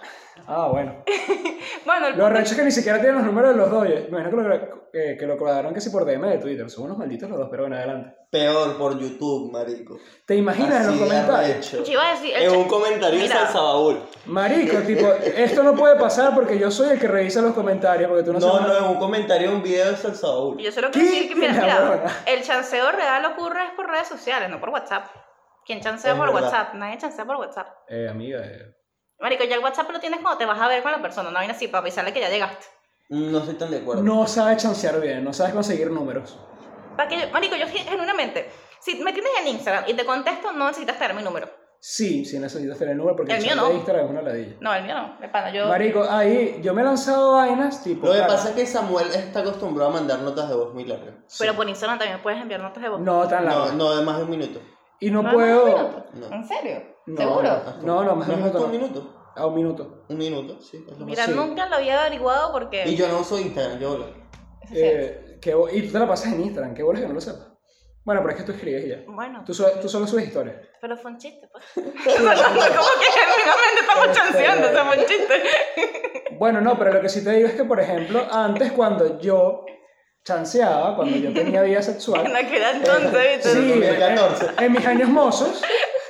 Speaker 2: Ah, bueno.
Speaker 3: Bueno,
Speaker 2: Lo arrecho es que ni siquiera tienen los números de los dos. Me imagino que lo cuadraron que si por DM de Twitter. Son unos malditos los dos, pero bueno, adelante.
Speaker 1: Peor por YouTube, marico.
Speaker 2: ¿Te imaginas en
Speaker 1: Así
Speaker 2: los
Speaker 1: de
Speaker 2: comentarios?
Speaker 1: arrecho.
Speaker 3: yo iba a decir...
Speaker 1: En un comentario en
Speaker 3: Mira.
Speaker 1: Salsa Baúl.
Speaker 2: Marico, tipo, esto no puede pasar porque yo soy el que revisa los comentarios, porque tú no
Speaker 1: No,
Speaker 2: sabes.
Speaker 1: no, en un comentario de un video de Salsa Baúl.
Speaker 3: Yo solo
Speaker 2: ¿Qué?
Speaker 3: quiero decir que,
Speaker 2: La
Speaker 3: mira,
Speaker 2: huevona.
Speaker 3: el chanceo real ocurre es por redes sociales, no por WhatsApp. ¿Quién chancea
Speaker 1: Es
Speaker 3: por
Speaker 1: verdad.
Speaker 3: WhatsApp? Nadie chancea por WhatsApp.
Speaker 2: Amiga,
Speaker 3: Marico, ya el WhatsApp lo tienes cuando te vas a ver con la persona, no viene así para avisarle que ya llegaste.
Speaker 1: No estoy tan de acuerdo.
Speaker 2: no sabes chancear bien, no sabes conseguir números.
Speaker 3: Para que marico, yo genuinamente, si me tienes en Instagram y te contesto, no necesitas tener mi número.
Speaker 2: Sí, necesitas tener el número porque
Speaker 3: El mío
Speaker 2: chat
Speaker 3: no.
Speaker 2: de Instagram es una ladilla.
Speaker 3: No, el mío no, de pana, yo...
Speaker 2: Marico, ahí yo me he lanzado vainas tipo.
Speaker 1: Lo que
Speaker 2: claro,
Speaker 1: pasa es que Samuel está acostumbrado a mandar notas de voz muy largas.
Speaker 3: Pero por Instagram también puedes enviar notas de voz.
Speaker 2: No tan largo.
Speaker 1: No, no de más de un minuto.
Speaker 2: Y no
Speaker 3: ¿No
Speaker 2: puedo.
Speaker 3: es más de un minuto?
Speaker 1: No.
Speaker 3: ¿En serio?
Speaker 2: No,
Speaker 3: ¿Seguro?
Speaker 2: No, más de un
Speaker 1: ¿No es
Speaker 2: minuto.
Speaker 1: hasta un
Speaker 2: no.
Speaker 1: minuto?
Speaker 2: A un minuto.
Speaker 1: Un minuto, sí. Es lo
Speaker 3: Mira,
Speaker 2: Sí.
Speaker 3: nunca lo había averiguado porque...
Speaker 1: Y yo no uso Instagram, yo hablo.
Speaker 3: Eso es cierto.
Speaker 2: Y tú te la pasas en Instagram, qué bolas que no lo sepas. Bueno, pero es que tú escribes y ya.
Speaker 3: Bueno,
Speaker 2: Tú solo subes historias.
Speaker 3: pero fue un chiste, pues. ¿Cómo que genuinamente estamos chanceando? O sea, fue un chiste.
Speaker 2: Bueno, no, pero lo que sí te digo es que, por ejemplo, antes cuando yo chanceaba, cuando yo tenía vida sexual,
Speaker 3: En aquel entonces, ¿viste?
Speaker 2: sí,
Speaker 1: 2014.
Speaker 2: en mis años mozos,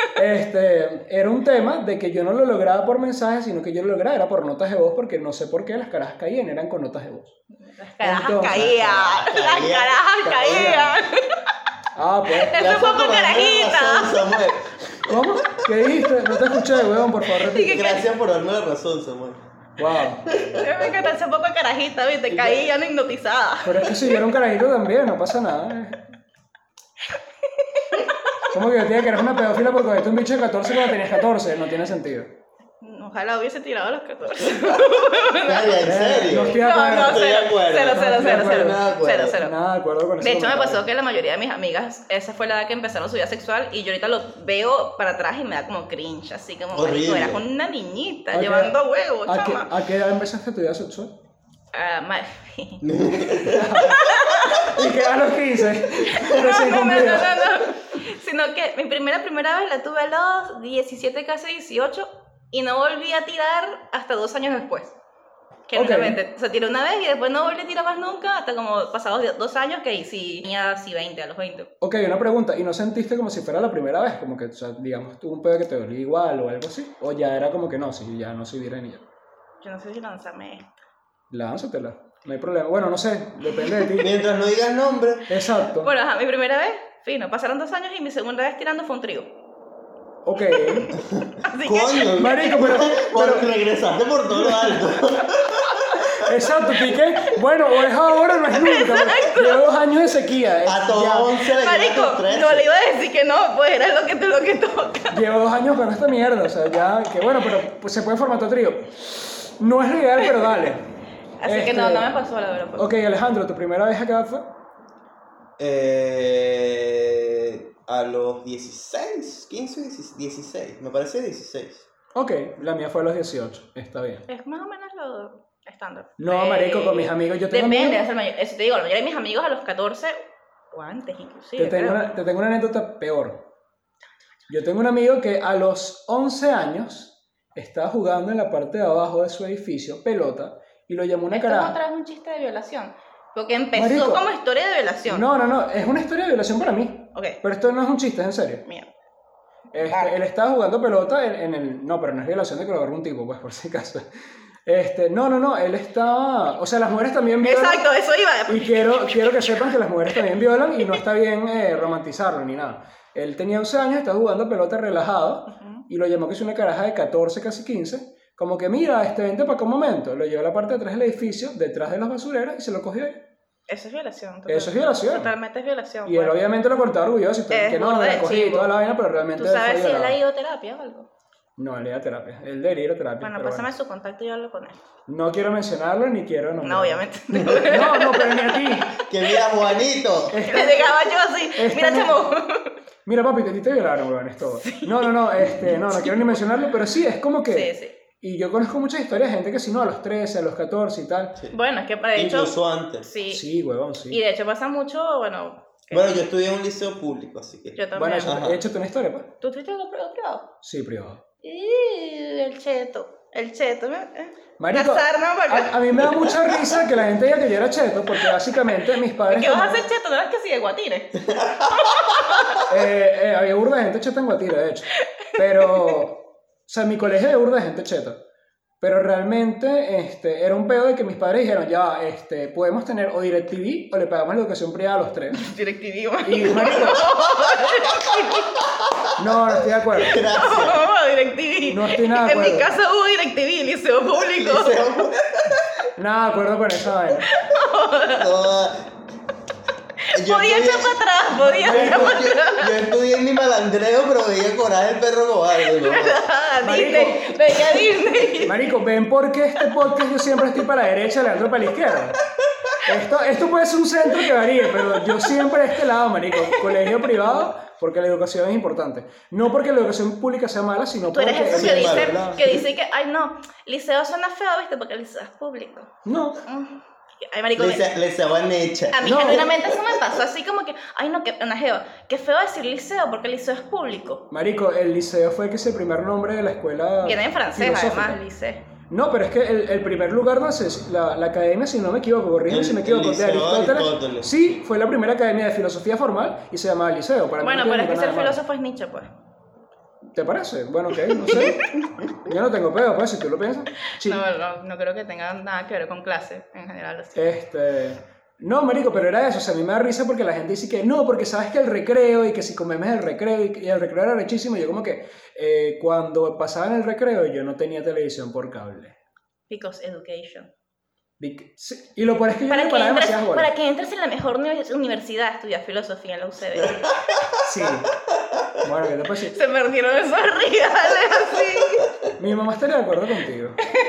Speaker 2: era un tema de que yo no lo lograba por mensajes, sino que yo lo lograba era por notas de voz, porque no sé por qué las carajas caían, eran con notas de voz.
Speaker 3: Las carajas
Speaker 2: Entonces,
Speaker 3: caían. Las carajas caían.
Speaker 2: Ah, pues.
Speaker 3: Eso fue por carajita.
Speaker 1: Samuel.
Speaker 2: ¿Cómo? ¿Qué dijiste? No te escuché, weón, por favor, repite.
Speaker 1: Gracias por darme la razón, Samuel.
Speaker 2: Wow.
Speaker 3: Me encanta ese poco de carajita, ¿viste? Caían hipnotizadas.
Speaker 2: Pero es que si yo era un carajito también, no pasa nada. ¿Cómo que yo tenía que eres una pedófila porque cogiste un bicho de 14 cuando tenías 14? No tiene sentido.
Speaker 3: Ojalá hubiese tirado a los 14.
Speaker 1: Calla, ¿en serio?
Speaker 2: No estoy de acuerdo.
Speaker 3: No,
Speaker 1: estoy de acuerdo.
Speaker 3: Cero.
Speaker 1: Cero.
Speaker 2: Nada de acuerdo con eso.
Speaker 3: De hecho, me pasó que la mayoría de mis amigas, esa fue la edad que empezaron su vida sexual y yo ahorita lo veo para atrás y me da como cringe, así como, marico, eras una niñita llevando huevos, chama.
Speaker 2: ¿A qué edad empezaste tu vida sexual? Y que a los 15.
Speaker 3: No. Sino que mi primera vez la tuve a los 17, casi 18 y no volví a tirar hasta 2 años después. Generalmente, o sea, tiré una vez y después no volví a tirar más nunca hasta como pasados 2 años que ahí sí tenía así 20, a los 20.
Speaker 2: Ok, una pregunta, ¿y no sentiste como si fuera la primera vez? Como que, o sea, digamos, tuvo un pedo que te dolía igual o algo así, o ya era como que no, si ya no soy virgen y ya.
Speaker 3: Yo no sé si lanzarme esta.
Speaker 2: Lánzatela, no hay problema. Bueno, no sé, depende de ti.
Speaker 1: Mientras no digas nombre.
Speaker 2: Exacto.
Speaker 3: Bueno, mi primera vez, fino, pasaron 2 años y mi segunda vez tirando fue un trío.
Speaker 2: Ok.
Speaker 3: Así
Speaker 1: Coño,
Speaker 2: Marico, pero
Speaker 1: regresaste por todo lo alto.
Speaker 2: exacto, piqué. Bueno, o es ahora o no es nunca. Llevo 2 años de sequía.
Speaker 1: A todos 11 le
Speaker 3: marico,
Speaker 1: llegaste 13.
Speaker 3: no le iba a decir que no, pues era lo que toca.
Speaker 2: Llevo 2 años con esta mierda, o sea, ya, que bueno, pero pues, se puede formato trío. No es lo ideal, pero dale.
Speaker 3: Así que no me pasó la verdad.
Speaker 2: Ok, Alejandro, ¿tu primera vez acá fue?
Speaker 1: A los 16, 15, 16, me parece 16.
Speaker 2: Ok, la mía fue a los 18, está bien.
Speaker 3: Es más o menos lo estándar.
Speaker 2: No, marico, con mis amigos yo tengo
Speaker 3: Depende,
Speaker 2: amigos-
Speaker 3: eso te digo, la mayoría de mis amigos a los 14 o antes inclusive.
Speaker 2: te tengo una anécdota peor. Yo tengo un amigo que a los 11 años estaba jugando en la parte de abajo de su edificio, pelota, y lo llamó una
Speaker 3: Esto es
Speaker 2: caraja.
Speaker 3: otra vez un chiste de violación. Porque empezó
Speaker 2: Marico.
Speaker 3: como historia de violación.
Speaker 2: No, es una historia de violación para mí.
Speaker 3: Ok,
Speaker 2: Pero esto no es un chiste, es en serio.
Speaker 3: mira.
Speaker 2: Él estaba jugando pelota en el... No, pero no es violación de que lo agarró un tipo, pues, por si acaso. No, él estaba... O sea, las mujeres también violan.
Speaker 3: Exacto, eso iba.
Speaker 2: Y quiero que sepan que las mujeres también violan y no está bien romantizarlo ni nada. Él tenía 11 años, estaba jugando pelota relajado y lo llamó que es una caraja de 14, casi 15. Como que mira, vente para acá un momento. Lo llevó a la parte de atrás del edificio, detrás de los basureros y se lo cogió ahí.
Speaker 3: Eso es violación.
Speaker 2: Eso es violación.
Speaker 3: Totalmente es violación.
Speaker 2: Y él
Speaker 3: pues.
Speaker 2: obviamente lo cortaba orgulloso y todo,
Speaker 3: Es
Speaker 2: que no,
Speaker 3: burda
Speaker 2: la
Speaker 3: de
Speaker 2: cogí y
Speaker 3: chivo.
Speaker 2: toda la vaina, pero realmente
Speaker 3: ¿Tú sabes
Speaker 2: fue
Speaker 3: si él
Speaker 2: violado.
Speaker 3: ha ido a terapia o algo?
Speaker 2: No, él iba a terapia. Él debería ir a terapia.
Speaker 3: Bueno,
Speaker 2: pero
Speaker 3: pásame su contacto y yo hablo con él.
Speaker 2: No quiero mencionarlo ni quiero nombrarlo.
Speaker 3: No, obviamente.
Speaker 2: No, pero ni a ti.
Speaker 1: Que mira, Juanito.
Speaker 3: Le llegaba yo así. Mira,
Speaker 2: no-
Speaker 3: chamo.
Speaker 2: Mira, papi, a ti te violaron, weón, es todo. No quiero ni mencionarlo, pero sí, es como que...
Speaker 3: Sí.
Speaker 2: Y yo conozco muchas historias de gente que si no, a los 13, a los 14 y tal.
Speaker 3: Bueno, es que de hecho.
Speaker 1: Incluso antes.
Speaker 3: Sí.
Speaker 2: Sí, huevón, sí.
Speaker 3: Y de hecho pasa mucho, bueno.
Speaker 1: Bueno, yo estudié en un liceo público, así que.
Speaker 3: Yo
Speaker 2: Bueno,
Speaker 3: también.
Speaker 2: échate una historia, pues.
Speaker 3: ¿Tú tuviste algo privado?
Speaker 2: Sí, privado.
Speaker 3: El cheto.
Speaker 2: Marico,
Speaker 3: Una sarna, porque...
Speaker 2: a mí me da mucha risa que la gente diga que yo era cheto, porque básicamente mis padres...
Speaker 3: ¿Qué vas a hacer cheto? ¿No eres que sí de Guatire?
Speaker 2: Había burda de gente cheta en Guatire, de hecho. Pero, o sea, en mi colegio había burda de gente cheta. Pero realmente era un pedo de que mis padres dijeron, ya, podemos tener o DirecTV o le pagamos la educación privada a los 3.
Speaker 3: DirecTV,
Speaker 2: Y, marico, no estoy de acuerdo.
Speaker 1: Gracias.
Speaker 3: DirecTV.
Speaker 2: No estoy nada de
Speaker 3: En mi
Speaker 2: acuerdo.
Speaker 3: casa hubo DirecTV, liceo público.
Speaker 2: Nada de acuerdo con esa vaina.
Speaker 3: Podía echar para atrás, podía echar para atrás.
Speaker 1: Yo estudié en mi malandreo, pero veía Coraje el perro cobarde, ¿no?
Speaker 3: Disney, veía Disney.
Speaker 2: Marico, ¿ven por qué este podcast yo siempre estoy para la derecha y Leandro para la izquierda? Esto puede ser un centro que varíe, pero yo siempre de este lado, marico. Colegio privado, porque la educación es importante. No porque la educación pública sea mala, sino
Speaker 3: Tú
Speaker 2: porque...
Speaker 3: eres eso
Speaker 1: ¿verdad?
Speaker 3: que dice que, ay no, liceo suena feo, ¿viste? Porque el liceo es público.
Speaker 2: No.
Speaker 3: Ay, marico,
Speaker 1: Les van hecha.
Speaker 3: a mí
Speaker 2: No.
Speaker 3: genuinamente eso me pasó así como que, ay no, que una jeva, qué feo decir liceo porque el liceo es público.
Speaker 2: Marico, el liceo fue que es el primer nombre de la escuela
Speaker 3: Viene en francés
Speaker 2: filosófica.
Speaker 3: además, liceo.
Speaker 2: No, pero es que el primer lugar no es la academia, si no me equivoco, corrígeme si me equivoco,
Speaker 1: el
Speaker 2: de
Speaker 1: Liceo
Speaker 2: Aristóteles.
Speaker 1: Aristóteles.
Speaker 2: Sí, fue la primera academia de filosofía formal y se llamaba liceo. Para mí
Speaker 3: Bueno,
Speaker 2: no
Speaker 3: pero
Speaker 2: tiene
Speaker 3: es que ser
Speaker 2: nada de malo.
Speaker 3: filósofo es Nietzsche, pues.
Speaker 2: ¿Te parece? Bueno, ok, no sé. Yo no tengo pedo, pues, si tú lo piensas. Sí.
Speaker 3: No creo que tenga nada que ver con clase en general. Así.
Speaker 2: No, marico, pero era eso. O sea, a mí me da risa porque la gente dice que no, porque sabes que el recreo y que si comemos el recreo y el recreo era rechísimo. Y yo como que cuando pasaba en el recreo yo no tenía televisión por cable.
Speaker 3: Because education.
Speaker 2: Sí, y lo peor es que yo no paraba demasiadas bolas.
Speaker 3: Para que entres en la mejor universidad, estudias filosofía en la UCB.
Speaker 2: Sí. Bueno, ¿qué te pasa?
Speaker 3: Se perdieron esos reales así.
Speaker 2: Mi mamá estaría de acuerdo contigo.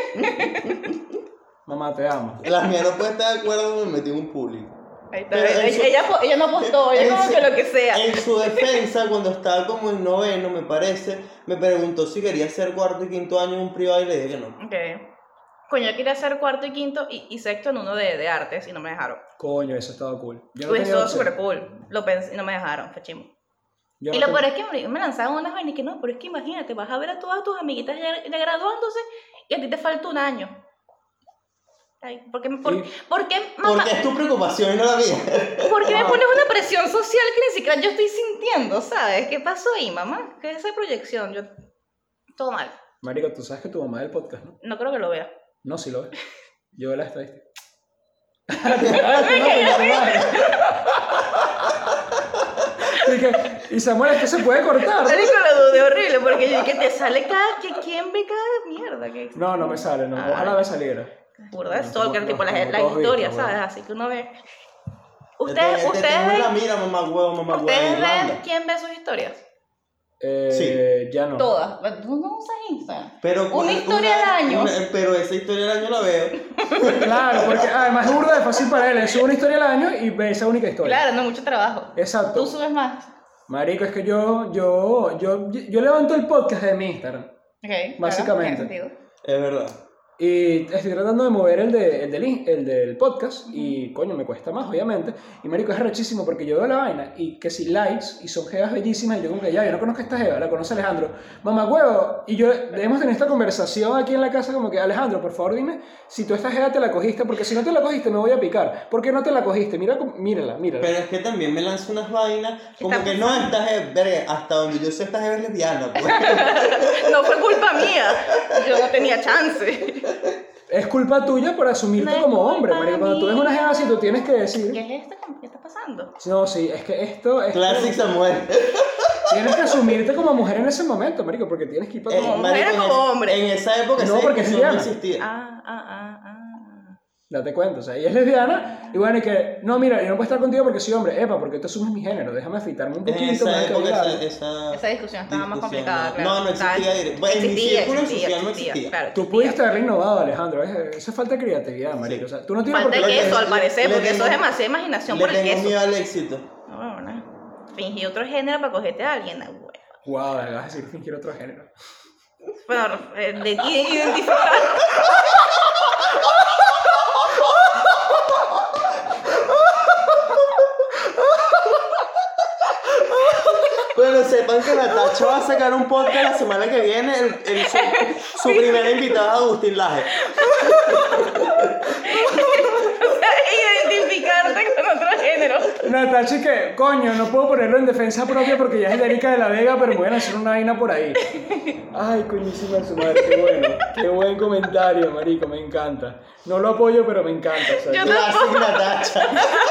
Speaker 2: Mamá, te amo.
Speaker 1: La mía no puede estar de acuerdo, me metí en un público.
Speaker 3: Ahí está.
Speaker 1: Pero
Speaker 3: Ella no apostó, ella como que lo que sea.
Speaker 1: En su defensa, cuando estaba como en noveno, me parece, me preguntó si quería hacer cuarto y quinto año en un privado y le dije que no.
Speaker 3: Ok. Coño, yo quería hacer cuarto y quinto y sexto en uno de artes y no me dejaron.
Speaker 2: Coño, eso estaba cool. Yo no
Speaker 3: Pues
Speaker 2: tenía
Speaker 3: todo
Speaker 2: opción.
Speaker 3: súper cool. Lo pensé y no me dejaron, fue chimo.
Speaker 2: Yo
Speaker 3: Y
Speaker 2: no
Speaker 3: lo
Speaker 2: ten-
Speaker 3: peor es que me lanzaban unas vainas y que no, pero es que imagínate, vas a ver a todas tus amiguitas ya graduándose y a ti te falta un año. Ay, ¿por qué,
Speaker 2: Sí.
Speaker 3: ¿por qué, mamá?
Speaker 1: Porque es tu preocupación y no la mía.
Speaker 3: ¿Por qué me pones una presión social que ni siquiera yo estoy sintiendo, ¿sabes? ¿Qué pasó ahí, mamá? ¿Qué es esa proyección? Yo... Todo mal.
Speaker 2: Marico, tú sabes que tu mamá es del podcast, ¿no?
Speaker 3: No creo que lo vea.
Speaker 2: No, sí lo es. Yo veo la estadística. Y Samuel, esto se puede cortar.
Speaker 3: Marico, lo dudé horrible porque yo que te sale cada... ¿Quién ve cada mierda? Que...
Speaker 2: No me sale, no. Ojalá me saliera.
Speaker 3: Burda de
Speaker 2: No,
Speaker 3: stalker,
Speaker 2: no,
Speaker 3: tipo
Speaker 2: no,
Speaker 3: las
Speaker 2: todos
Speaker 3: historias,
Speaker 2: vistos,
Speaker 3: ¿sabes?
Speaker 2: bueno.
Speaker 3: Así que uno ve...
Speaker 1: Te tengo en la
Speaker 3: ¿Ustedes
Speaker 1: mira, mamá huevo,
Speaker 3: ven
Speaker 1: Irlanda.
Speaker 3: quién ve sus historias?
Speaker 2: Ya no.
Speaker 3: Todas. Tú no usas Instagram.
Speaker 1: Pero
Speaker 3: Una historia al año.
Speaker 1: Pero esa historia del año la veo.
Speaker 2: Claro, porque además es burda de fácil para él. Él sube una historia al año y ve esa única historia.
Speaker 3: Claro, no mucho trabajo.
Speaker 2: Exacto.
Speaker 3: Tú subes más.
Speaker 2: Marico, es que yo levanto el podcast de mi Instagram.
Speaker 3: Ok.
Speaker 2: Básicamente.
Speaker 3: Claro, tiene sentido.
Speaker 1: Es verdad.
Speaker 2: Y estoy tratando de mover el del podcast y coño, me cuesta más, obviamente. Y marico, es rechísimo porque yo veo la vaina y que si likes y son jevas bellísimas y yo como que ya, yo no conozco a esta jeva, la conoce Alejandro. Mamá huevo, y yo debemos tener esta conversación aquí en la casa como que Alejandro, por favor dime si tú esta jeva te la cogiste, porque si no te la cogiste me voy a picar. ¿Por qué no te la cogiste? Mírala.
Speaker 1: Pero es que también me lanza unas vainas como
Speaker 3: Está
Speaker 1: que no, esta verga, hasta donde yo sé esta jeva es lesbiana, pues.
Speaker 3: No fue culpa mía. Yo no tenía chance.
Speaker 2: Es culpa tuya por asumirte
Speaker 3: No es
Speaker 2: como
Speaker 3: culpa
Speaker 2: hombre, marico. Cuando tú ves una jeva así, tú tienes que decir...
Speaker 3: ¿Qué es esto? ¿Qué está pasando?
Speaker 2: No, sí, es que esto...
Speaker 1: Classic Samuel.
Speaker 2: Tienes que asumirte como mujer en ese momento, marico, porque tienes que ir para
Speaker 3: Como
Speaker 2: tu...
Speaker 3: mujer o como hombre.
Speaker 1: En esa época
Speaker 2: No,
Speaker 1: esa
Speaker 2: porque es
Speaker 1: discusión no
Speaker 2: lesbiana.
Speaker 1: existía.
Speaker 2: Date cuenta, o sea, ella es lesbiana y bueno, y que, no, mira, yo no puedo estar contigo porque soy hombre, epa, porque tú asumes mi género, déjame afeitarme un
Speaker 1: En
Speaker 2: poquito,
Speaker 1: esa época
Speaker 2: me
Speaker 3: Esa discusión estaba más
Speaker 1: discusión,
Speaker 3: complicada,
Speaker 1: no.
Speaker 3: claro.
Speaker 1: No existía
Speaker 3: Estaba-
Speaker 1: bueno, en mi círculo social no existía.
Speaker 3: Claro,
Speaker 2: Tú
Speaker 3: existía.
Speaker 2: pudiste haberle innovado, Alejandro, eso es falta de creatividad, marico, o sea, tú no tienes
Speaker 3: Falta
Speaker 2: por
Speaker 3: de
Speaker 2: qué...
Speaker 3: queso, al parecer,
Speaker 1: le
Speaker 3: porque eso
Speaker 1: tengo-
Speaker 3: es demasiada imaginación
Speaker 1: Le
Speaker 3: por el
Speaker 1: tengo
Speaker 3: queso.
Speaker 1: miedo al éxito.
Speaker 3: No, no. Fingí otro género para cogerte a alguien. Bueno,
Speaker 2: Wow, vas a decir fingir otro género.
Speaker 3: bueno, de identificar.
Speaker 1: Bueno, sepan que Natacha va a sacar un podcast la semana que viene. Su primera invitada, Agustín Laje.
Speaker 3: Identificarte con otro género.
Speaker 2: Natacha, que, coño, no puedo ponerlo en defensa propia porque ya es de Erika de la Vega, pero pueden hacer una vaina por ahí. Ay, coñísima su madre, qué bueno. Qué buen comentario, marico, me encanta. No lo apoyo, pero me encanta. O sea,
Speaker 3: Yo
Speaker 1: Classic Natacha.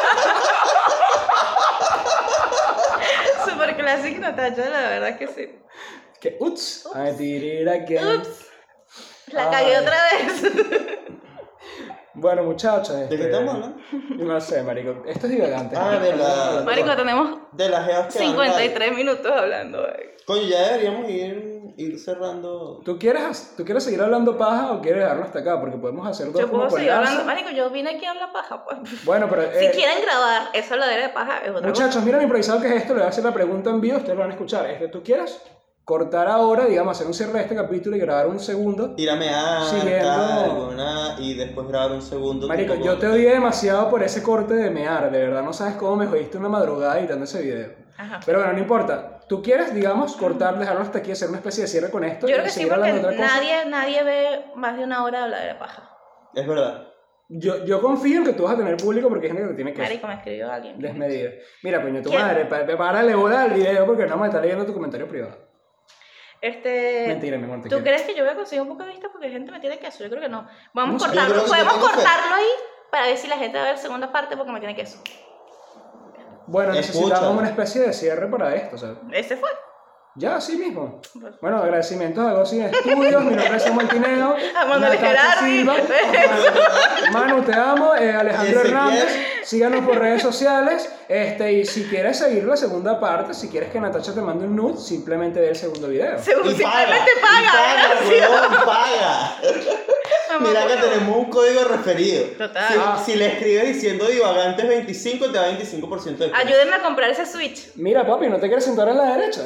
Speaker 3: Super clásico, Natacha, la verdad que sí.
Speaker 2: que, ups, I did it again.
Speaker 3: Ups. La cagué
Speaker 2: Ay.
Speaker 3: otra vez.
Speaker 2: Bueno, muchachos.
Speaker 1: ¿De qué estamos hablando?
Speaker 2: No sé, marico. Esto es divagante.
Speaker 1: Ah, de la-
Speaker 3: Marico, tenemos
Speaker 1: De las jevas que
Speaker 3: 53 minutos hablando.
Speaker 1: Coño, ya deberíamos ir cerrando.
Speaker 2: ¿Tú quieres seguir hablando paja o quieres dejarlo hasta acá? Porque podemos hacer dos
Speaker 3: Yo
Speaker 2: como
Speaker 3: puedo
Speaker 2: por
Speaker 3: seguir
Speaker 2: enlace.
Speaker 3: hablando. Marico, yo vine aquí a hablar paja, pues.
Speaker 2: Bueno, pero...
Speaker 3: Si quieren grabar esa habladera de paja, es otra
Speaker 2: muchachos, mira lo improvisado que es esto. Le voy a hacer la pregunta en vivo. Ustedes lo van a escuchar. ¿Tú quieres cortar ahora, digamos, hacer un cierre de este capítulo y grabar un segundo?
Speaker 1: Tírame
Speaker 2: Siguiendo-
Speaker 1: y después grabar un segundo.
Speaker 2: Marico,
Speaker 1: tipo
Speaker 2: yo
Speaker 1: con-
Speaker 2: te odié demasiado por ese corte de mear. De verdad, no sabes cómo me jodiste una madrugada editando ese video.
Speaker 3: Ajá.
Speaker 2: Pero bueno, no importa. ¿Tú quieres, digamos, cortar, dejarlo hasta aquí, hacer una especie de cierre con esto?
Speaker 3: Yo
Speaker 2: y
Speaker 3: creo que sí,
Speaker 2: seguir
Speaker 3: porque
Speaker 2: hablando de otra cosa?
Speaker 3: nadie ve más de una hora de habladera de paja.
Speaker 1: Es verdad.
Speaker 2: Yo confío en que tú vas a tener público porque hay gente que te tiene que
Speaker 3: Marico, me escribió alguien.
Speaker 2: desmedida. Mira, coño, tu
Speaker 3: ¿Quién?
Speaker 2: madre, párale bola al video porque no vamos a estar leyendo tu comentario privado. Mentira, mi amor, te
Speaker 3: ¿Tú
Speaker 2: quiero.
Speaker 3: crees que yo voy a conseguir un poco de vista porque gente me tiene queso? Yo creo que no. Vamos
Speaker 2: No
Speaker 3: a
Speaker 2: sé,
Speaker 1: yo creo
Speaker 3: cortarlo,
Speaker 1: que
Speaker 3: podemos
Speaker 1: yo tengo fe.
Speaker 3: cortarlo ahí para ver si la gente va a ver segunda parte porque me tiene queso.
Speaker 2: Bueno,
Speaker 1: Escucha.
Speaker 2: necesitamos una especie de cierre para esto, o sea.
Speaker 3: Ese fue.
Speaker 2: Ya, así mismo.
Speaker 3: Pues.
Speaker 2: Bueno, agradecimientos a Gossip Studios, mi nombre es Samuel Tineo.
Speaker 3: A Manuel
Speaker 2: Natacha
Speaker 3: Gerardi.
Speaker 2: Silva. Manu, te amo. Alejandro
Speaker 1: Ezequiel.
Speaker 2: Hernández, síganos por redes sociales. Y si quieres seguir la segunda parte, si quieres que Natacha te mande un nude, simplemente ve el segundo video.
Speaker 3: Simplemente
Speaker 1: Y
Speaker 3: paga,
Speaker 1: huevón, paga. Mira que tenemos un código referido.
Speaker 3: Total.
Speaker 1: Si le escribes diciendo divagantes 25, te da 25% de descuento.
Speaker 3: Ayúdenme a comprar ese Switch.
Speaker 2: Mira, papi, ¿no te quieres sentar en la derecha?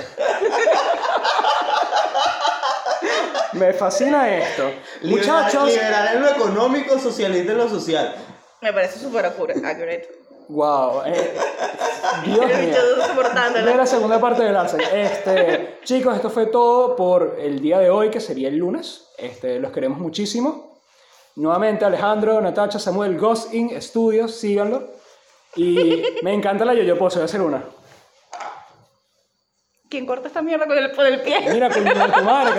Speaker 2: Me fascina esto. Muchachos.
Speaker 1: Liberal en lo económico, socialista en lo social.
Speaker 3: Me parece súper accurate.
Speaker 2: Wow. Dios
Speaker 3: El
Speaker 2: mío.
Speaker 3: bicho soportándolo.
Speaker 2: De la segunda parte del Arce. Chicos, esto fue todo por el día de hoy, que sería el lunes. Los queremos muchísimo. Nuevamente, Alejandro, Natacha, Samuel, Ghost In Studios, síganlo. Y me encanta la yo pose, voy a hacer una.
Speaker 3: ¿Quién corta esta mierda con el pie?
Speaker 2: Mira, coño de tu madre.